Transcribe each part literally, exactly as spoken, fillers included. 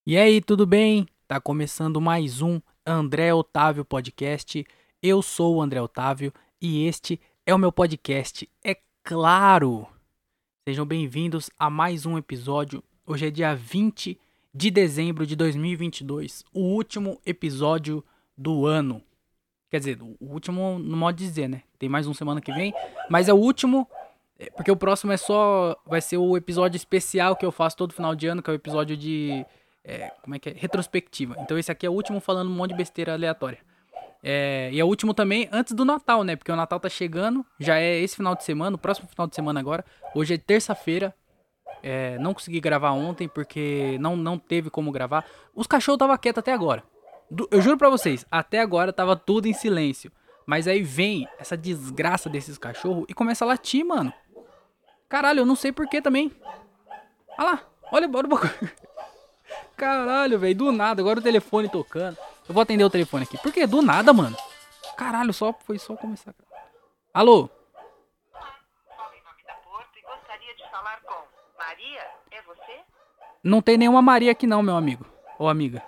E aí, tudo bem? Tá começando mais um André Otávio Podcast. Eu sou o André Otávio e este é o meu podcast. É claro! Sejam bem-vindos a mais um episódio. Hoje é dia vinte de dezembro de dois mil e vinte e dois, o último episódio do ano. Quer dizer, o último no modo de dizer, né? Tem mais um semana que vem, mas é o último é, porque o próximo é só. Vai ser o episódio especial que eu faço todo final de ano, que é o episódio de. É, como é que é? Retrospectiva. Então esse aqui é o último falando um monte de besteira aleatória. É, e é o último também antes do Natal, né? Porque o Natal tá chegando, já é esse final de semana, o próximo final de semana agora. Hoje é terça-feira. É, não consegui gravar ontem porque não, não teve como gravar. Os cachorros estavam quietos até agora. Du- Eu juro pra vocês, até agora tava tudo em silêncio. Mas aí vem essa desgraça desses cachorros e começa a latir, mano. Caralho, eu não sei porquê também. Olha lá, olha, olha o bagulho. Caralho, velho, do nada, agora o telefone tocando. Eu vou atender o telefone aqui. Por quê? Do nada, mano. Caralho, só foi só começar. Alô? Fala em nome da Porto e gostaria de falar com Maria. É você? Não tem nenhuma Maria aqui não, meu amigo. Ou amiga.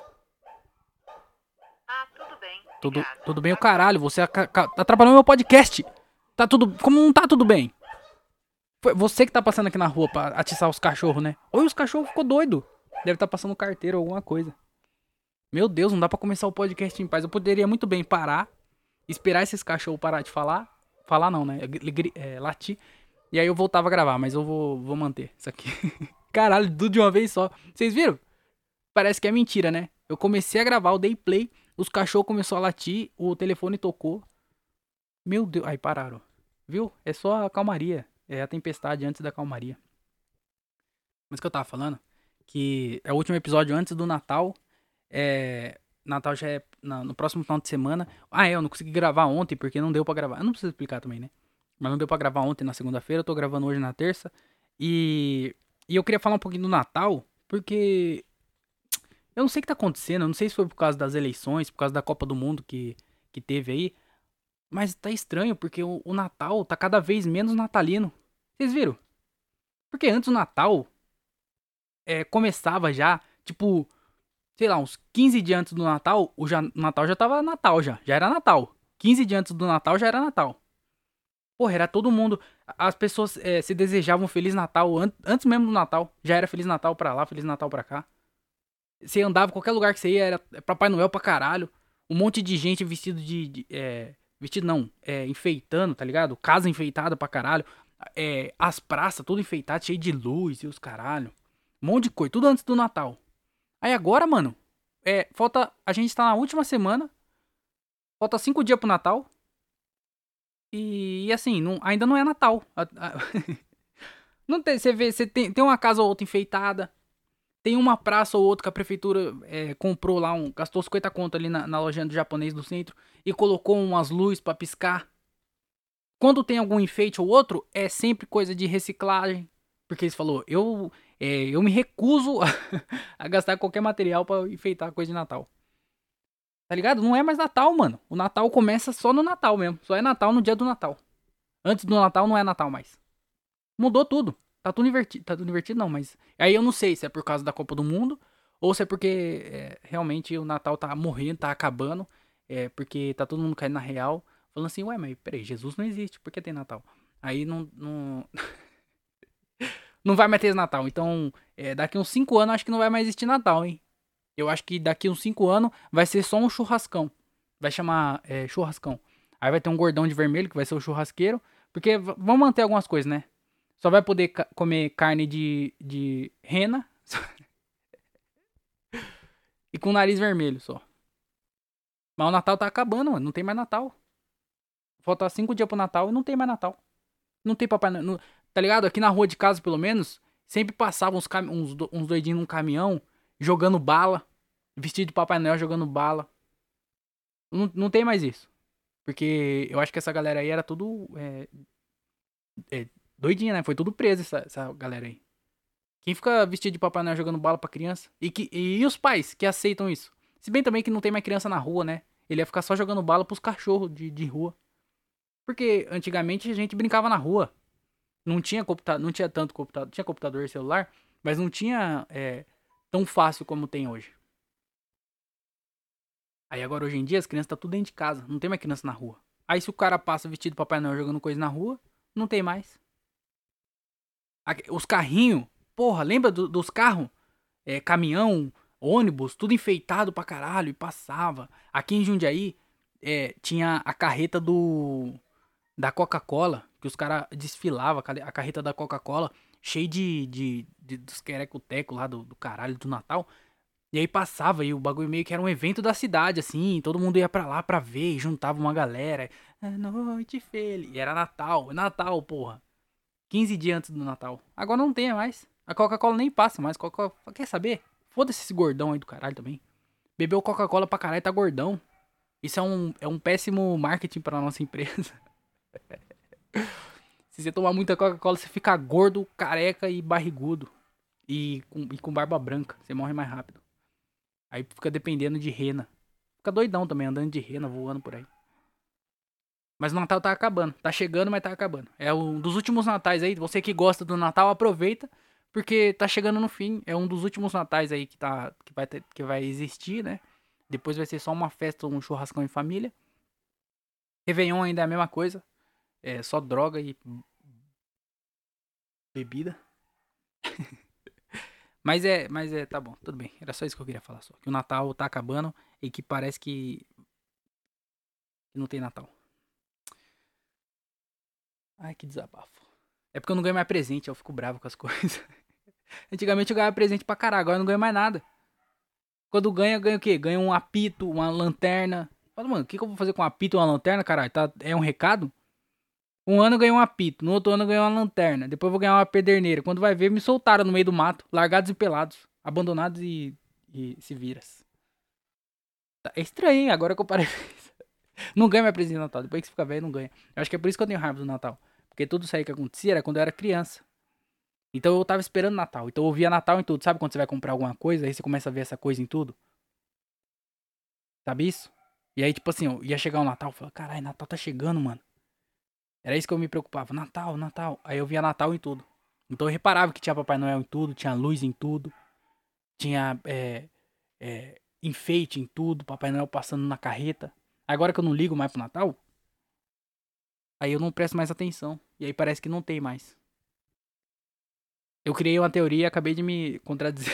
Ah, tudo bem. Tudo, Obrigada. tudo bem o Aguarde. caralho, você aca- ca- tá atrapalhando meu podcast. Tá tudo. Como não tá tudo bem? Foi você que tá passando aqui na rua pra atiçar os cachorros, né? Oi, os cachorros ficou doido. Deve estar tá passando carteiro ou alguma coisa. Meu Deus, não dá pra começar o podcast em paz. Eu poderia muito bem parar, esperar esses cachorros parar de falar. Falar não, né? Gri- É, latir. E aí eu voltava a gravar, mas eu vou, vou manter isso aqui. Caralho, tudo de uma vez só. Vocês viram? Parece que é mentira, né? Eu comecei a gravar, eu dei play, os cachorros começaram a latir, o telefone tocou. Meu Deus, aí pararam. Viu? É só a calmaria. É a tempestade antes da calmaria. Mas o que eu tava falando? Que é o último episódio antes do Natal. É. Natal já é na- no próximo final de semana. Ah, é, eu não consegui gravar ontem porque não deu pra gravar. Eu não preciso explicar também, né? Mas não deu pra gravar ontem na segunda-feira. Eu tô gravando hoje na terça. E. E eu queria falar um pouquinho do Natal. Porque. Eu não sei o que tá acontecendo. Eu não sei se foi por causa das eleições, por causa da Copa do Mundo que, que teve aí. Mas tá estranho porque o, o Natal tá cada vez menos natalino. Vocês viram? Porque antes o Natal é, começava já, tipo, sei lá, uns quinze dias antes do Natal, o, já, o Natal já tava Natal já, já era Natal. quinze dias antes do Natal já era Natal. Porra, era todo mundo, as pessoas é, se desejavam Feliz Natal an- antes mesmo do Natal. Já era Feliz Natal pra lá, Feliz Natal pra cá. Você andava, qualquer lugar que você ia, era Papai Noel pra caralho. Um monte de gente vestido de. de, é, vestido não, é, enfeitando, tá ligado? Casa enfeitada pra caralho. É, as praças, tudo enfeitado, cheio de luz e os caralho. Um monte de coisa, tudo antes do Natal. Aí agora, mano, é, falta. A gente tá na última semana. Falta cinco dias pro Natal. E, e assim, não, ainda não é Natal. A- a- não tem, você vê, você tem, tem uma casa ou outra enfeitada. Tem uma praça ou outra que a prefeitura é, comprou lá, um, gastou cinquenta conto ali na, na lojinha do japonês do centro e colocou umas luzes pra piscar. Quando tem algum enfeite ou outro, é sempre coisa de reciclagem. Porque eles falou, eu, é, eu me recuso a, a gastar qualquer material pra enfeitar coisa de Natal. Tá ligado? Não é mais Natal, mano. O Natal começa só no Natal mesmo. Só é Natal no dia do Natal. Antes do Natal não é Natal mais. Mudou tudo. Tá tudo invertido. Tá tudo invertido, não, mas. Aí eu não sei se é por causa da Copa do Mundo ou se é porque é, realmente o Natal tá morrendo, tá acabando. É porque tá todo mundo caindo na real. Falando assim, ué, mas peraí, Jesus não existe, por que tem Natal? Aí não. Não, não vai mais ter Natal. Então, é, daqui uns cinco anos acho que não vai mais existir Natal, hein? Eu acho que daqui uns cinco anos vai ser só um churrascão. Vai chamar é, churrascão. Aí vai ter um gordão de vermelho que vai ser o churrasqueiro. Porque v- vão manter algumas coisas, né? Só vai poder ca- comer carne de, de rena e com nariz vermelho só. Mas o Natal tá acabando, mano. Não tem mais Natal. Falta cinco dias pro Natal e não tem mais Natal. Não tem Papai Noel. não- Tá ligado? Aqui na rua de casa, pelo menos, sempre passavam uns, cam... uns, do- uns doidinhos num caminhão jogando bala. Vestido de Papai Noel jogando bala. Não, não tem mais isso. Porque eu acho que essa galera aí era tudo é, é, doidinha, né? Foi tudo preso essa, essa galera aí. Quem fica vestido de Papai Noel jogando bala pra criança? E, que, e os pais que aceitam isso? Se bem também que não tem mais criança na rua, né? Ele ia ficar só jogando bala pros cachorros de, de rua. Porque antigamente a gente brincava na rua. Não tinha computador, não tinha tanto computador. Tinha computador e celular, mas não tinha é, tão fácil como tem hoje. Aí agora hoje em dia as crianças tá tudo dentro de casa, não tem mais criança na rua. Aí se o cara passa vestido de Papai Noel jogando coisa na rua, não tem mais. Os carrinhos, porra, lembra do- dos carros? É, caminhão, ônibus, tudo enfeitado pra caralho e passava. Aqui em Jundiaí é, tinha a carreta do da Coca-Cola, que os caras desfilavam, a carreta da Coca-Cola, cheio de, de, de dos quereco-teco lá do, do caralho do Natal. E aí passava e o bagulho meio que era um evento da cidade, assim, todo mundo ia pra lá pra ver e juntava uma galera. A noite feliz. E era Natal, Natal, porra. quinze dias antes do Natal. Agora não tem mais. A Coca-Cola nem passa mais. Coca Quer saber? Foda-se esse gordão aí do caralho também. Bebeu Coca-Cola pra caralho e tá gordão. Isso é um, é um péssimo marketing pra nossa empresa. Se você tomar muita Coca-Cola, você fica gordo, careca e barrigudo. E com, e com barba branca. Você morre mais rápido. Aí fica dependendo de rena. Fica doidão também, andando de rena, voando por aí. Mas o Natal tá acabando. Tá chegando, mas tá acabando. É um dos últimos natais aí. Você que gosta do Natal, aproveita. Porque tá chegando no fim. É um dos últimos natais aí que, tá, que, vai, ter, que vai existir, né? Depois vai ser só uma festa, um churrascão em família. Réveillon ainda é a mesma coisa. É só droga e bebida. Mas é, mas é, tá bom, tudo bem. Era só isso que eu queria falar só. Que o Natal tá acabando e que parece que, que não tem Natal. Ai, que desabafo. É porque eu não ganho mais presente, eu fico bravo com as coisas. Antigamente eu ganhava presente pra caralho, agora eu não ganho mais nada. Quando ganha, ganha o quê? Ganha um apito, uma lanterna. Fala, mano, o que, que eu vou fazer com um apito e uma lanterna, caralho? Tá, é um recado? Um ano eu ganhei um apito, no outro ano eu ganhei uma lanterna. Depois eu vou ganhar uma pederneira. Quando vai ver, me soltaram no meio do mato, largados e pelados. Abandonados e, e se viras. Tá, é estranho, hein? Agora que eu parei. Não ganha mais presente de Natal. Depois que você fica velho, não ganha. Eu acho que é por isso que eu tenho raiva do Natal. Porque tudo isso aí que acontecia era quando eu era criança. Então eu tava esperando Natal. Então eu ouvia Natal em tudo. Sabe quando você vai comprar alguma coisa, aí você começa a ver essa coisa em tudo? Sabe isso? E aí, tipo assim, eu ia chegar o Natal, eu falava, caralho, Natal tá chegando, mano. Era isso que eu me preocupava. Natal, Natal. Aí eu via Natal em tudo. Então eu reparava que tinha Papai Noel em tudo, tinha luz em tudo, tinha é, é, enfeite em tudo, Papai Noel passando na carreta. Agora que eu não ligo mais pro Natal, aí eu não presto mais atenção. E aí parece que não tem mais. Eu criei uma teoria e acabei de me contradizer.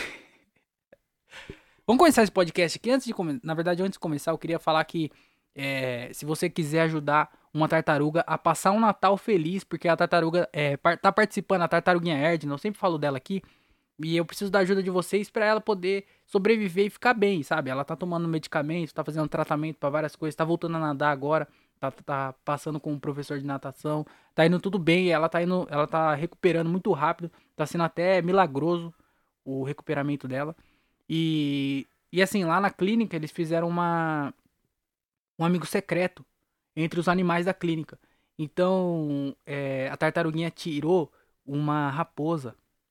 Vamos começar esse podcast aqui. Antes de começar, na verdade, antes de começar, eu queria falar que é, se você quiser ajudar uma tartaruga a passar um Natal feliz, porque a tartaruga é, par- tá participando, a tartaruguinha Erdna, eu sempre falo dela aqui, e eu preciso da ajuda de vocês pra ela poder sobreviver e ficar bem, sabe? Ela tá tomando medicamento, tá fazendo tratamento pra várias coisas, tá voltando a nadar agora, tá, tá passando com um professor de natação, tá indo tudo bem, ela tá indo, ela tá recuperando muito rápido, tá sendo até milagroso o recuperamento dela. E, e assim, lá na clínica eles fizeram uma, um amigo secreto entre os animais da clínica. Então, é, a tartaruguinha tirou uma raposa.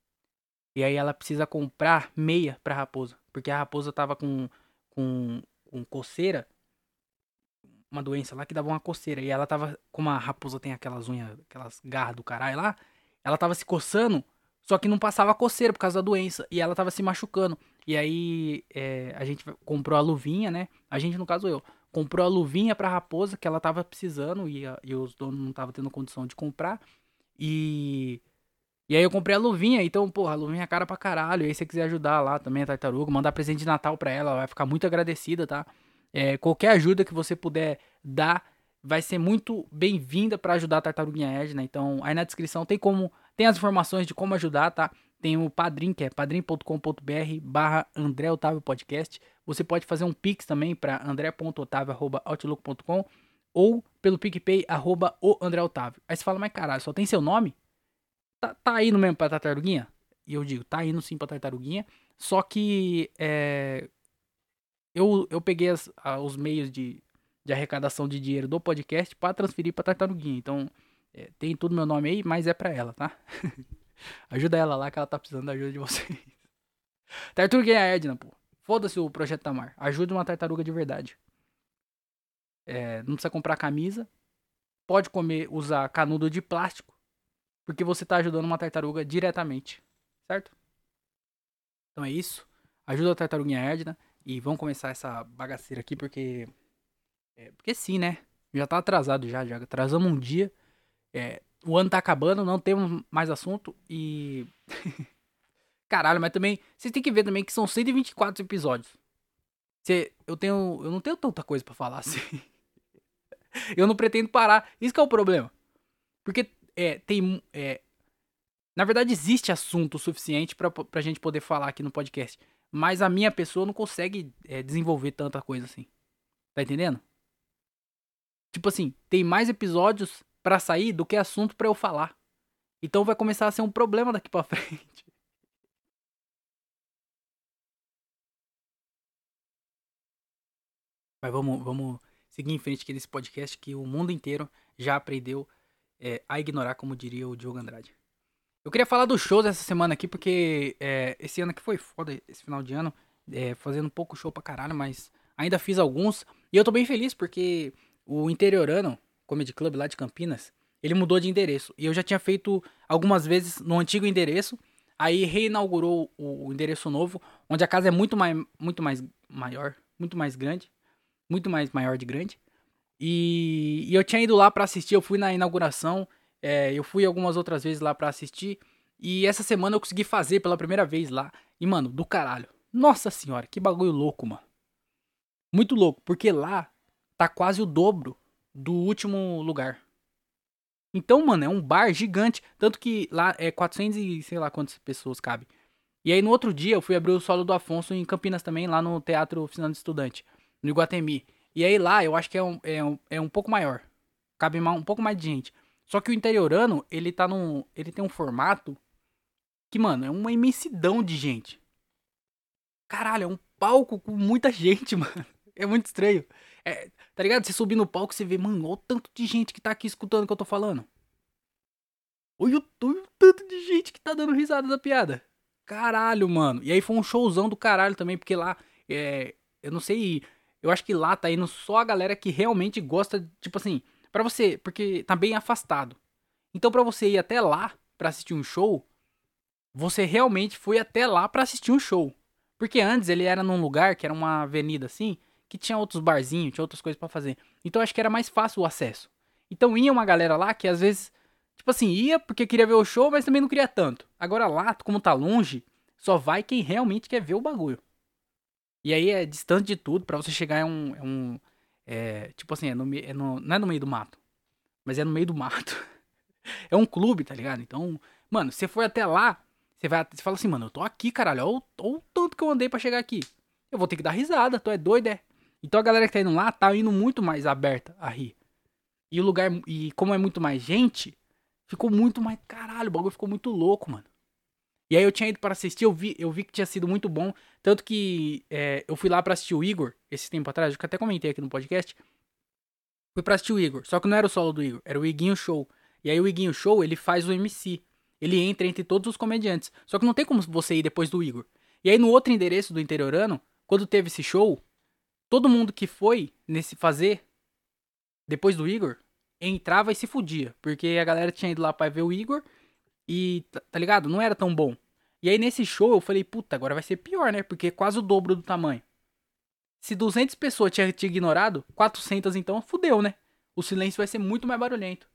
E aí ela precisa comprar meia pra raposa. Porque a raposa tava com, com, com coceira. Uma doença lá que dava uma coceira. E ela tava. Como a raposa tem aquelas unhas, aquelas garras do caralho lá. Ela tava se coçando. Só que não passava coceira por causa da doença. E ela tava se machucando. E aí é, a gente comprou a luvinha, né? A gente, no caso eu. Comprou a luvinha pra raposa que ela tava precisando. E, a, e os donos não estavam tendo condição de comprar. E. E aí eu comprei a luvinha, então, porra, a luvinha é cara pra caralho. E aí se você quiser ajudar lá também a tartaruga, mandar presente de Natal pra ela, ela vai ficar muito agradecida, tá? É, qualquer ajuda que você puder dar vai ser muito bem-vinda pra ajudar a tartaruguinha Edna. Então, aí na descrição tem como, tem as informações de como ajudar, tá? Tem o Padrim, que é padrim.com.br barra André Otávio Podcast. Você pode fazer um pix também pra andré.otávio arroba outlook ponto com ou pelo PicPay arroba o André Otávio. Aí você fala, mas caralho, só tem seu nome? Tá, tá indo mesmo pra tartaruguinha? E eu digo, tá indo sim pra tartaruguinha. Só que é, eu, eu peguei as- a- os meios de, de arrecadação de dinheiro do podcast pra transferir pra tartaruguinha. Então, é, tem tudo meu nome aí, mas é pra ela, tá? Ajuda ela lá que ela tá precisando da ajuda de vocês. Tartaruguinha Edna, pô. Foda-se o Projeto Tamar. Ajude uma tartaruga de verdade. É, não precisa comprar camisa. Pode comer, usar canudo de plástico. Porque você tá ajudando uma tartaruga diretamente. Certo? Então é isso. Ajuda a Tartaruguinha Erdna. E vamos começar essa bagaceira aqui, porque... É, porque sim, né? Já tá atrasado já, já atrasamos um dia. É, o ano tá acabando, não temos mais assunto e... Caralho, mas também... Vocês têm que ver também que são cento e vinte e quatro episódios. Cê, eu tenho... Eu não tenho tanta coisa pra falar assim. Eu não pretendo parar. Isso que é o problema. Porque é, tem... É, na verdade, existe assunto suficiente pra, pra gente poder falar aqui no podcast. Mas a minha pessoa não consegue é, desenvolver tanta coisa assim. Tá entendendo? Tipo assim, tem mais episódios pra sair do que assunto pra eu falar. Então vai começar a ser um problema daqui pra frente. Mas vamos, vamos seguir em frente aqui nesse podcast que o mundo inteiro já aprendeu é, a ignorar, como diria o Diogo Andrade. Eu queria falar dos shows essa semana aqui, porque é, esse ano aqui foi foda, esse final de ano, é, fazendo pouco show pra caralho, mas ainda fiz alguns. E eu tô bem feliz porque o Interiorano Comedy Club lá de Campinas, ele mudou de endereço. E eu já tinha feito algumas vezes no antigo endereço, aí reinaugurou o, o endereço novo, onde a casa é muito mais, muito mais maior, muito mais grande, muito mais maior de grande. E, e eu tinha ido lá pra assistir, eu fui na inauguração, é, eu fui algumas outras vezes lá pra assistir. E essa semana eu consegui fazer pela primeira vez lá. E, mano, do caralho. Nossa senhora, que bagulho louco, mano. Muito louco, porque lá tá quase o dobro do último lugar. Então, mano, é um bar gigante. Tanto que lá é quatrocentos e sei lá quantas pessoas cabe. E aí no outro dia eu fui abrir o solo do Afonso em Campinas também, lá no Teatro Oficina do Estudante, no Iguatemi. E aí lá eu acho que é um, é um, é um pouco maior. Cabe um pouco mais de gente. Só que o interiorano, ele tá num. Ele tem um formato que, mano, é uma imensidão de gente. Caralho, é um palco com muita gente, mano. É muito estranho. É, tá ligado? Você subir no palco, você vê, mano, olha o tanto de gente que tá aqui escutando o que eu tô falando. Olha o, olha o tanto de gente que tá dando risada da piada. Caralho, mano. E aí foi um showzão do caralho também, porque lá, é, eu não sei, eu acho que lá tá indo só a galera que realmente gosta, tipo assim, pra você, porque tá bem afastado. Então pra você ir até lá pra assistir um show, você realmente foi até lá pra assistir um show. Porque antes ele era num lugar que era uma avenida assim, que tinha outros barzinhos, tinha outras coisas pra fazer. Então acho que era mais fácil o acesso. Então ia uma galera lá que às vezes, tipo assim, ia porque queria ver o show, mas também não queria tanto. Agora lá, como tá longe, só vai quem realmente quer ver o bagulho. E aí é distante de tudo, pra você chegar é um. É um é, tipo assim, é no, é no, não é no meio do mato, mas é no meio do mato. É um clube, tá ligado? Então, mano, você foi até lá, você vai, você fala assim, mano, eu tô aqui, caralho, olha o, olha o tanto que eu andei pra chegar aqui. Eu vou ter que dar risada, tu é doido, é? Então a galera que tá indo lá tá indo muito mais aberta a rir. E o lugar, e como é muito mais gente, ficou muito mais, caralho, o bagulho ficou muito louco, mano. E aí eu tinha ido para assistir, eu vi, eu vi que tinha sido muito bom, tanto que é, eu fui lá pra assistir o Igor, esse tempo atrás, eu até comentei aqui no podcast. Fui pra assistir o Igor, só que não era o solo do Igor, era o Iguinho Show. E aí o Iguinho Show, ele faz o M C. Ele entra entre todos os comediantes. Só que não tem como você ir depois do Igor. E aí no outro endereço do interiorano, quando teve esse show, todo mundo que foi nesse fazer, depois do Igor, entrava e se fudia. Porque a galera tinha ido lá pra ver o Igor e, tá, tá ligado? Não era tão bom. E aí nesse show eu falei, puta, agora vai ser pior, né? Porque é quase o dobro do tamanho. Se duzentas pessoas tinham te ignorado, quatrocentas então, fudeu, né? O silêncio vai ser muito mais barulhento.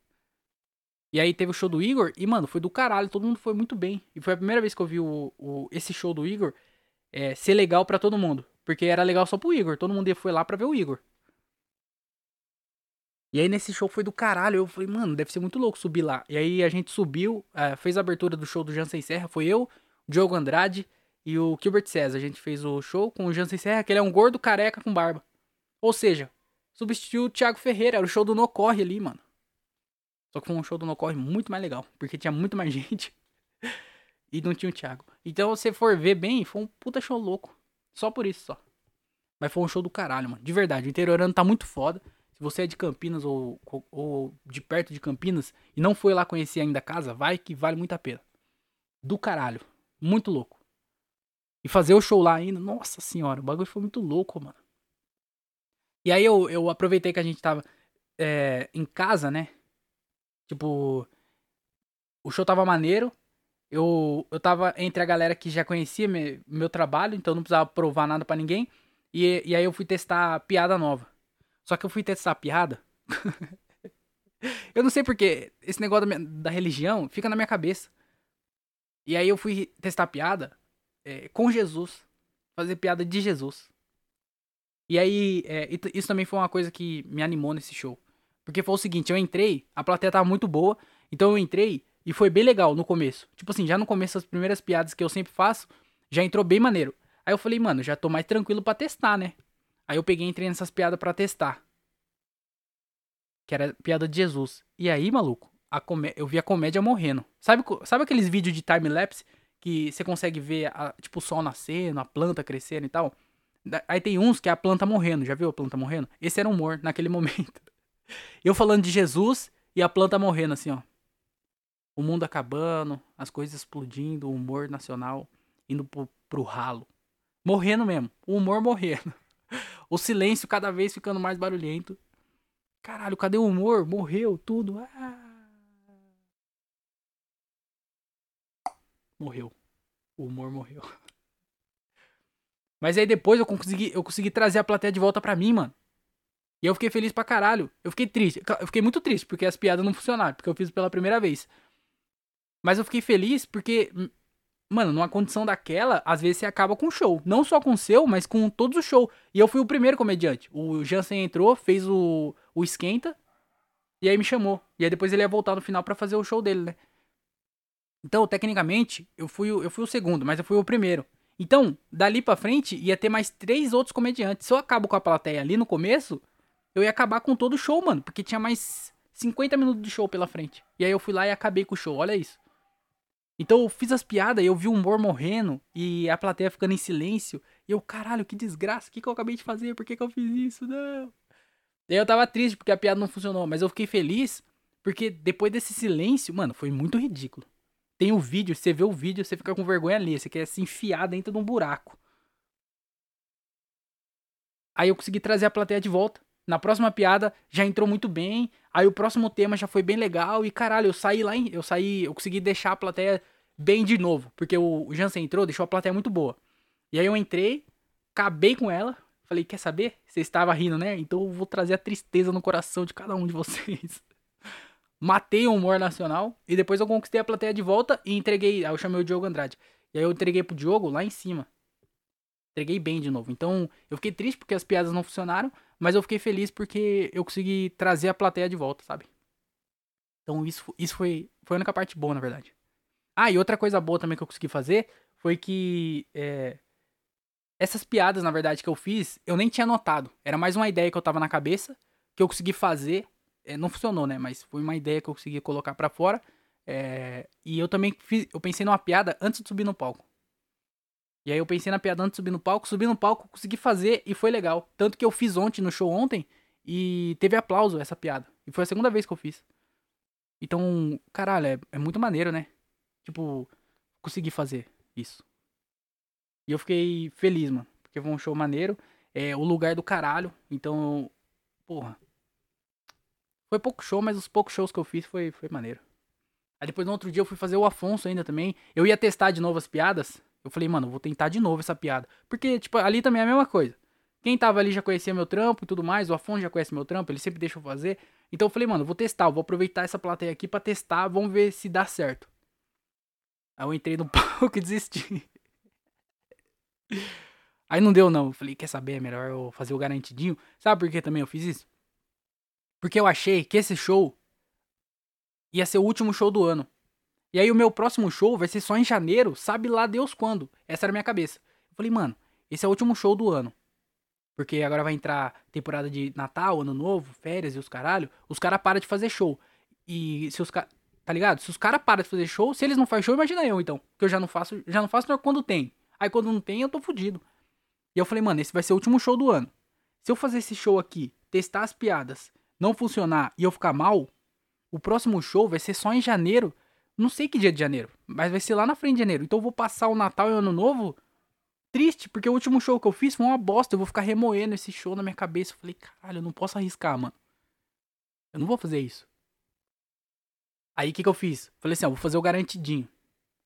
E aí teve o show do Igor e, mano, foi do caralho, todo mundo foi muito bem. E foi a primeira vez que eu vi o, o esse show do Igor é, ser legal pra todo mundo. Porque era legal só pro Igor, todo mundo foi lá pra ver o Igor. E aí nesse show foi do caralho, eu falei, mano, deve ser muito louco subir lá. E aí a gente subiu, uh, fez a abertura do show do Jansen Serra, foi eu, o Diogo Andrade e o Gilbert César. A gente fez o show com o Jansen Serra, que ele é um gordo careca com barba. Ou seja, substituiu o Thiago Ferreira, era o show do No Corre ali, mano. Só que foi um show do No Corre muito mais legal, porque tinha muito mais gente e não tinha o Thiago. Então, se você for ver bem, foi um puta show louco. Só por isso, só. Mas foi um show do caralho, mano. De verdade, o interiorano tá muito foda. Se você é de Campinas ou, ou de perto de Campinas e não foi lá conhecer ainda a casa, vai que vale muito a pena. Do caralho. Muito louco. E fazer o show lá ainda, nossa senhora, o bagulho foi muito louco, mano. E aí eu, eu aproveitei que a gente tava é, em casa, né? Tipo, o show tava maneiro. Eu, eu tava entre a galera que já conhecia me- meu trabalho, então não precisava provar nada pra ninguém. E, e aí eu fui testar piada nova. Só que eu fui testar piada. Eu não sei porque esse negócio da, minha- da religião fica na minha cabeça. E aí eu fui testar piada é, com Jesus. Fazer piada de Jesus. E aí, é, it- isso também foi uma coisa que me animou nesse show. Porque foi o seguinte, eu entrei, a plateia tava muito boa, então eu entrei e foi bem legal no começo. Tipo assim, já no começo, as primeiras piadas que eu sempre faço, já entrou bem maneiro. Aí eu falei, mano, já tô mais tranquilo pra testar, né? Aí eu peguei e entrei nessas piadas pra testar. Que era piada de Jesus. E aí, maluco, a comé- eu vi a comédia morrendo. Sabe, co- sabe aqueles vídeos de time-lapse que você consegue ver, a- tipo, o sol nascendo, a planta crescendo e tal? Da- Aí tem uns que é a planta morrendo, já viu a planta morrendo? Esse era o humor naquele momento. Eu falando de Jesus e a planta morrendo, assim, ó. O mundo acabando, as coisas explodindo, o humor nacional indo pro, pro ralo. Morrendo mesmo, o humor morrendo. O silêncio cada vez ficando mais barulhento. Caralho, cadê o humor? Morreu tudo. Ah, morreu. O humor morreu. Mas aí depois eu consegui, eu consegui trazer a plateia de volta pra mim, mano. E eu fiquei feliz pra caralho. Eu fiquei triste. Eu fiquei muito triste porque as piadas não funcionaram, porque eu fiz pela primeira vez. Mas eu fiquei feliz porque, hum, mano, numa condição daquela, às vezes você acaba com o show. Não só com o seu, mas com todos os shows. E eu fui o primeiro comediante. O Jansen entrou, fez o, o esquenta, e aí me chamou. E aí depois ele ia voltar no final pra fazer o show dele, né? Então, tecnicamente, eu fui, o- eu fui o segundo, mas eu fui o primeiro. Então, dali pra frente, ia ter mais três outros comediantes. Se eu acabo com a plateia ali no começo, eu ia acabar com todo o show, mano. Porque tinha mais cinquenta minutos de show pela frente. E aí eu fui lá e acabei com o show, olha isso. Então eu fiz as piadas e eu vi o humor morrendo e a plateia ficando em silêncio. E eu, caralho, que desgraça, o que, que eu acabei de fazer? Por que, que eu fiz isso? Não. E aí eu tava triste porque a piada não funcionou, mas eu fiquei feliz porque depois desse silêncio, mano, foi muito ridículo. Tem o vídeo, você vê o vídeo, você fica com vergonha ali, você quer se enfiar dentro de um buraco. Aí eu consegui trazer a plateia de volta. Na próxima piada já entrou muito bem. Aí o próximo tema já foi bem legal. E caralho, eu saí lá, em, eu saí, eu consegui deixar a plateia bem de novo. Porque o, o Jansen entrou, deixou a plateia muito boa. E aí eu entrei, acabei com ela. Falei, quer saber? Você estava rindo, né? Então eu vou trazer a tristeza no coração de cada um de vocês. Matei o humor nacional. E depois eu conquistei a plateia de volta e entreguei. Aí eu chamei o Diogo Andrade. E aí eu entreguei pro Diogo lá em cima. Entreguei bem de novo. Então, eu fiquei triste porque as piadas não funcionaram, mas eu fiquei feliz porque eu consegui trazer a plateia de volta, sabe? Então, isso, isso foi, foi a única parte boa, na verdade. Ah, e outra coisa boa também que eu consegui fazer foi que é, essas piadas, na verdade, que eu fiz, eu nem tinha notado. Era mais uma ideia que eu tava na cabeça, que eu consegui fazer. É, não funcionou, né? Mas foi uma ideia que eu consegui colocar pra fora. É, e eu também fiz, eu pensei numa piada antes de subir no palco. E aí eu pensei na piada antes de subir no palco, subi no palco, consegui fazer e foi legal. Tanto que eu fiz ontem, no show ontem, e teve aplauso essa piada. E foi a segunda vez que eu fiz. Então, caralho, é, é muito maneiro, né? Tipo, consegui fazer isso. E eu fiquei feliz, mano. Porque foi um show maneiro. É o lugar do caralho. Então, porra. Foi pouco show, mas os poucos shows que eu fiz foi, foi maneiro. Aí depois no outro dia eu fui fazer o Afonso ainda também. Eu ia testar de novo as piadas. Eu falei, mano, eu vou tentar de novo essa piada. Porque, tipo, ali também é a mesma coisa. Quem tava ali já conhecia meu trampo e tudo mais. O Afonso já conhece meu trampo, ele sempre deixa eu fazer. Então eu falei, mano, eu vou testar, eu vou aproveitar essa plateia aqui pra testar, vamos ver se dá certo. Aí eu entrei no palco e desisti. Aí não deu não. Eu falei, quer saber, é melhor eu fazer o garantidinho. Sabe por que também eu fiz isso? Porque eu achei que esse show ia ser o último show do ano. E aí o meu próximo show vai ser só em janeiro, sabe lá Deus quando. Essa era a minha cabeça. Eu falei, mano, esse é o último show do ano. Porque agora vai entrar temporada de Natal, Ano Novo, férias e os caralho. Os caras param de fazer show. E se os caras. Tá ligado? Se os caras param de fazer show, se eles não fazem show, imagina eu então. Que eu já não faço, já não faço quando tem. Aí quando não tem, eu tô fudido. E eu falei, mano, esse vai ser o último show do ano. Se eu fazer esse show aqui, testar as piadas, não funcionar e eu ficar mal, o próximo show vai ser só em janeiro. Não sei que dia de janeiro, mas vai ser lá na frente de janeiro. Então eu vou passar o Natal e o Ano Novo triste, porque o último show que eu fiz foi uma bosta. Eu vou ficar remoendo esse show na minha cabeça. Eu falei, caralho, eu não posso arriscar, mano. Eu não vou fazer isso. Aí o que, que eu fiz? Falei assim, ó, vou fazer o garantidinho.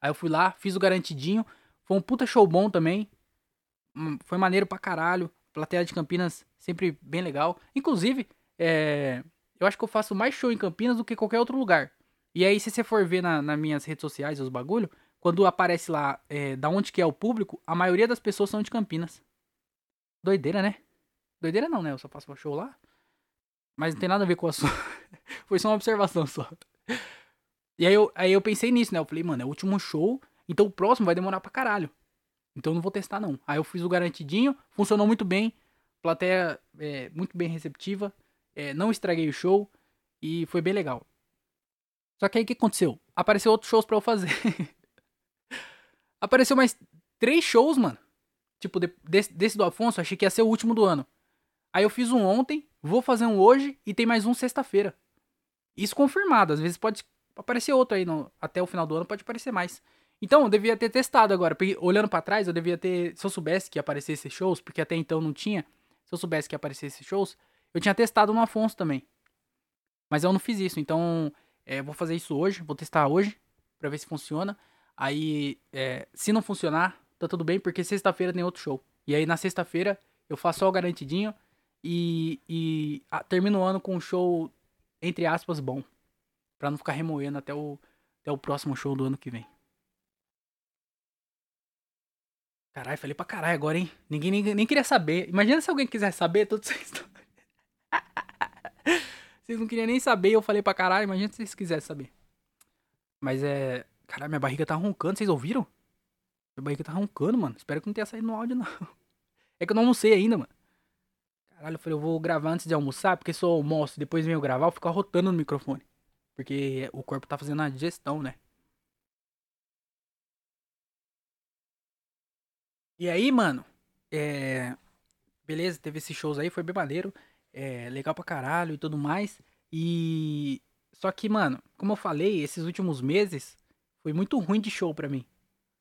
Aí eu fui lá, fiz o garantidinho. Foi um puta show bom também. Hum, Foi maneiro pra caralho. Plateia de Campinas sempre bem legal. Inclusive, é, eu acho que eu faço mais show em Campinas do que qualquer outro lugar. E aí, se você for ver na, nas minhas redes sociais, os bagulho, quando aparece lá é, da onde que é o público, a maioria das pessoas são de Campinas. Doideira, né? Doideira não, né? Eu só faço show lá. Mas não tem nada a ver com a sua. Foi só uma observação só. E aí eu, aí eu pensei nisso, né? Eu falei, mano, é o último show, então o próximo vai demorar pra caralho. Então eu não vou testar, não. Aí eu fiz o garantidinho, funcionou muito bem. Plateia é, muito bem receptiva. É, não estraguei o show. E foi bem legal. Só que aí o que aconteceu? Apareceu outros shows pra eu fazer. Apareceu mais três shows, mano. Tipo, de- desse, desse do Afonso, achei que ia ser o último do ano. Aí eu fiz um ontem, vou fazer um hoje e tem mais um sexta-feira. Isso confirmado. Às vezes pode aparecer outro aí no, até o final do ano, pode aparecer mais. Então, eu devia ter testado agora. Porque, olhando pra trás, eu devia ter. Se eu soubesse que ia aparecer esses shows, porque até então não tinha. Se eu soubesse que ia aparecer esses shows, eu tinha testado no Afonso também. Mas eu não fiz isso. Então, é, vou fazer isso hoje. Vou testar hoje. Pra ver se funciona. Aí, é, se não funcionar, tá tudo bem, porque sexta-feira tem outro show. E aí, na sexta-feira, eu faço só o garantidinho. E, e ah, termino o ano com um show, entre aspas, bom. Pra não ficar remoendo até o, até o próximo show do ano que vem. Caralho, falei pra caralho agora, hein? Ninguém nem, nem queria saber. Imagina se alguém quisesse saber toda essa história. Vocês não queriam nem saber, eu falei pra caralho. Imagina se vocês quisessem saber. Mas é. Caralho, minha barriga tá roncando, vocês ouviram? Minha barriga tá roncando, mano. Espero que não tenha saído no áudio, não. É que eu não almocei ainda, mano. Caralho, eu falei, eu vou gravar antes de almoçar, porque se eu almoço e depois venho gravar, eu fico arrotando no microfone. Porque o corpo tá fazendo a digestão, né? E aí, mano, é. Beleza, teve esses shows aí, foi bem maneiro. É, legal pra caralho e tudo mais. E. Só que, mano, como eu falei, esses últimos meses foi muito ruim de show pra mim.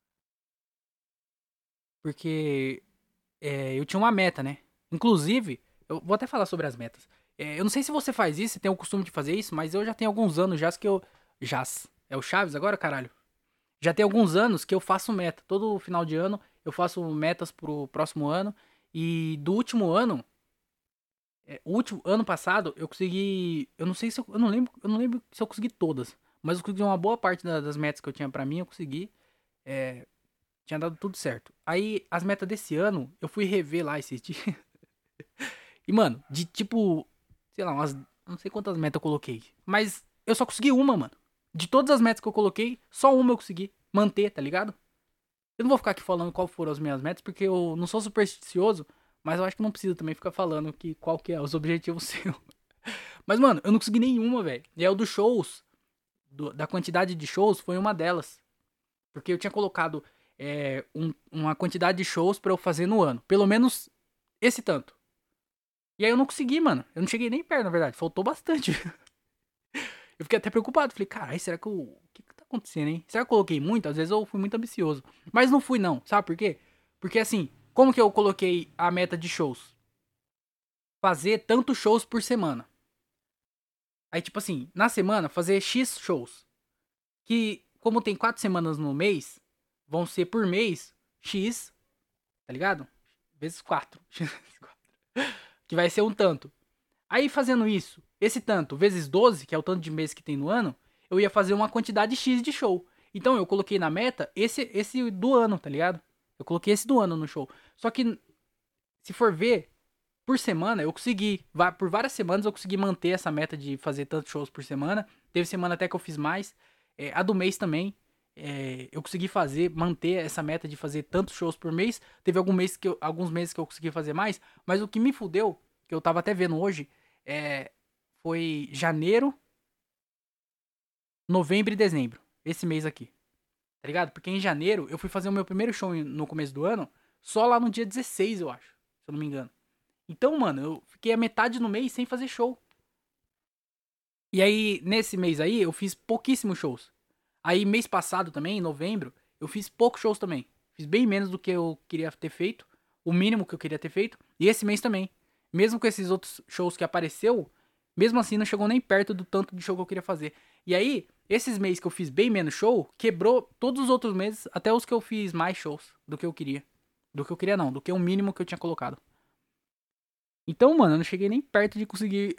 Porque é, eu tinha uma meta, né? Inclusive, eu vou até falar sobre as metas. É, eu não sei se você faz isso, você tem o costume de fazer isso, mas eu já tenho alguns anos já que eu. Já. É o Chaves agora, caralho? Já tem alguns anos que eu faço meta. Todo final de ano eu faço metas pro próximo ano. E do último ano, é, o último ano passado, eu consegui. Eu não sei se eu. Eu não lembro, eu não lembro se eu consegui todas. Mas eu consegui uma boa parte da- das metas que eu tinha pra mim, eu consegui. É, tinha dado tudo certo. Aí, as metas desse ano, eu fui rever lá esses dias. E, mano, de tipo. Sei lá, umas. Não sei quantas metas eu coloquei. Mas eu só consegui uma, mano. De todas as metas que eu coloquei, só uma eu consegui manter, tá ligado? Eu não vou ficar aqui falando qual foram as minhas metas, porque eu não sou supersticioso, mas eu acho que não precisa também ficar falando que qual que é os objetivos seus. Mas, mano, eu não consegui nenhuma, velho. E é o dos shows, do- da quantidade de shows, foi uma delas. Porque eu tinha colocado é, um- uma quantidade de shows pra eu fazer no ano. Pelo menos esse tanto. E aí eu não consegui, mano. Eu não cheguei nem perto, na verdade. Faltou bastante. Eu fiquei até preocupado. Falei, caralho, será que eu. O que que tá acontecendo, hein? Será que eu coloquei muito? Às vezes eu fui muito ambicioso. Mas não fui, não. Sabe por quê? Porque assim, como que eu coloquei a meta de shows? Fazer tantos shows por semana. Aí, tipo assim, na semana, fazer X shows. Que, como tem quatro semanas no mês, vão ser por mês X, tá ligado? Vezes quatro. Que vai ser um tanto. Aí fazendo isso, esse tanto vezes doze, que é o tanto de meses que tem no ano, eu ia fazer uma quantidade X de show. Então eu coloquei na meta esse esse do ano, tá ligado? Eu coloquei esse do ano no show. Só que se for ver por semana, eu consegui, va- por várias semanas eu consegui manter essa meta de fazer tantos shows por semana. Teve semana até que eu fiz mais. É, a do mês também. É, eu consegui fazer, manter essa meta de fazer tantos shows por mês. Teve algum mês que eu- alguns meses que eu consegui fazer mais. Mas o que me fudeu, que eu tava até vendo hoje, é, foi janeiro, novembro e dezembro. Esse mês aqui. Tá ligado? Porque em janeiro eu fui fazer o meu primeiro show em- no começo do ano. Só lá no dia dezesseis, eu acho. Se eu não me engano. Então, mano, eu fiquei a metade do mês sem fazer show. E aí, nesse mês aí, eu fiz pouquíssimos shows. Aí, mês passado também, em novembro, eu fiz poucos shows também. Fiz bem menos do que eu queria ter feito. O mínimo que eu queria ter feito. E esse mês também. Mesmo com esses outros shows que apareceu, Mesmo assim, não chegou nem perto do tanto de show que eu queria fazer. E aí, esses meses que eu fiz bem menos show, quebrou todos os outros meses, até os que eu fiz mais shows do que eu queria. Do que eu queria não, do que o mínimo que eu tinha colocado. Então, mano, eu não cheguei nem perto de conseguir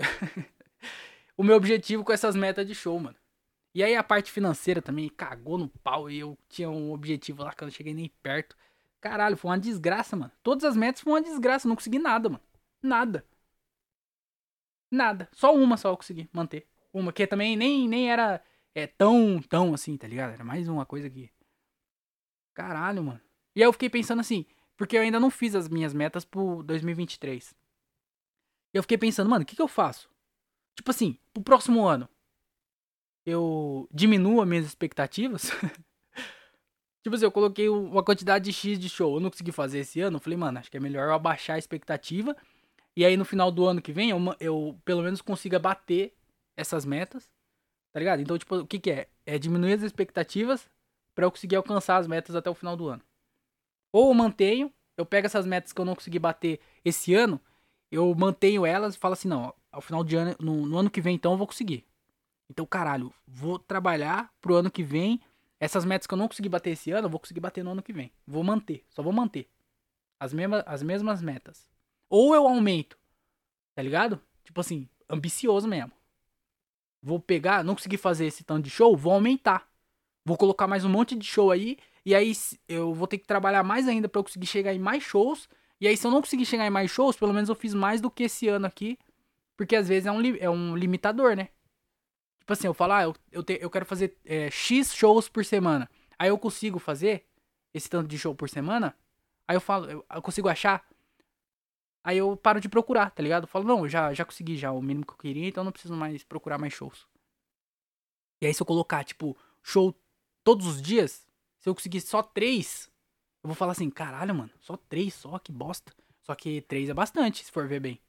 o meu objetivo com essas metas de show, mano. E aí a parte financeira também cagou no pau e eu tinha um objetivo lá que eu não cheguei nem perto. Caralho, foi uma desgraça, mano. Todas as metas foram uma desgraça, não consegui nada, mano. Nada. Nada. Só uma só eu consegui manter. Uma que também nem, nem era é, tão, tão assim, tá ligado? Era mais uma coisa que... Caralho, mano. E aí eu fiquei pensando assim, porque eu ainda não fiz as minhas metas pro dois mil e vinte e três. E eu fiquei pensando, mano, o que que eu faço? Tipo assim, pro próximo ano, eu diminuo as minhas expectativas? Tipo assim, eu coloquei uma quantidade de X de show, eu não consegui fazer esse ano. Eu falei, mano, acho que é melhor eu abaixar a expectativa. E aí no final do ano que vem, eu, eu pelo menos consiga bater essas metas, tá ligado? Então, tipo, o que que é? É diminuir as expectativas pra eu conseguir alcançar as metas até o final do ano. Ou eu mantenho, eu pego essas metas que eu não consegui bater esse ano, eu mantenho elas e falo assim, não, ao final de ano, no, no ano que vem então eu vou conseguir. Então, caralho, vou trabalhar pro ano que vem. Essas metas que eu não consegui bater esse ano, eu vou conseguir bater no ano que vem. Vou manter, só vou manter. As, mesma, as mesmas metas. Ou eu aumento, tá ligado? Tipo assim, ambicioso mesmo. Vou pegar, não consegui fazer esse tanto de show, vou aumentar. Vou colocar mais um monte de show aí. E aí eu vou ter que trabalhar mais ainda pra eu conseguir chegar em mais shows. E aí se eu não conseguir chegar em mais shows, pelo menos eu fiz mais do que esse ano aqui. Porque às vezes é um, é um limitador, né? Tipo assim, eu falo, ah, eu, eu, te, eu quero fazer é, X shows por semana. Aí eu consigo fazer esse tanto de show por semana. Aí eu falo, eu, eu consigo achar. Aí eu paro de procurar, tá ligado? Eu falo, não, eu já, já consegui já o mínimo que eu queria, então eu não preciso mais procurar mais shows. E aí se eu colocar, tipo, show todos os dias, se eu conseguir só três, eu vou falar assim, caralho, mano, só três só, que bosta. Só que três é bastante, se for ver bem.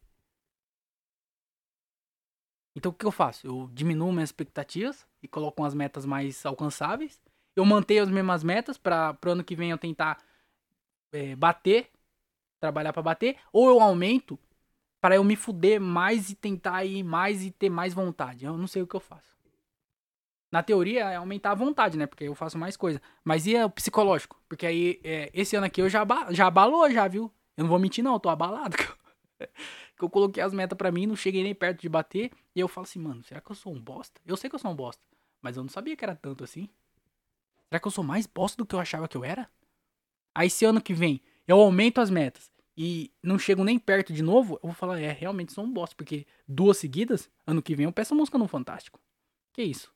Então o que eu faço? Eu diminuo minhas expectativas e coloco umas metas mais alcançáveis. Eu mantenho as mesmas metas para pro ano que vem eu tentar é, bater, trabalhar para bater, ou eu aumento para eu me fuder mais e tentar ir mais e ter mais vontade. Eu não sei o que eu faço. Na teoria é aumentar a vontade, né? Porque eu faço mais coisa. Mas e o psicológico? Porque aí é, esse ano aqui eu já, já abalou, já, viu? Eu não vou mentir, não, eu tô abalado. Que eu coloquei as metas pra mim, não cheguei nem perto de bater. E eu falo assim, mano, será que eu sou um bosta? Eu sei que eu sou um bosta, mas eu não sabia que era tanto assim. Será que eu sou mais bosta do que eu achava que eu era? Aí esse ano que vem, eu aumento as metas e não chego nem perto de novo, eu vou falar, é, realmente sou um bosta. Porque duas seguidas, ano que vem eu peço música no Fantástico. Que isso?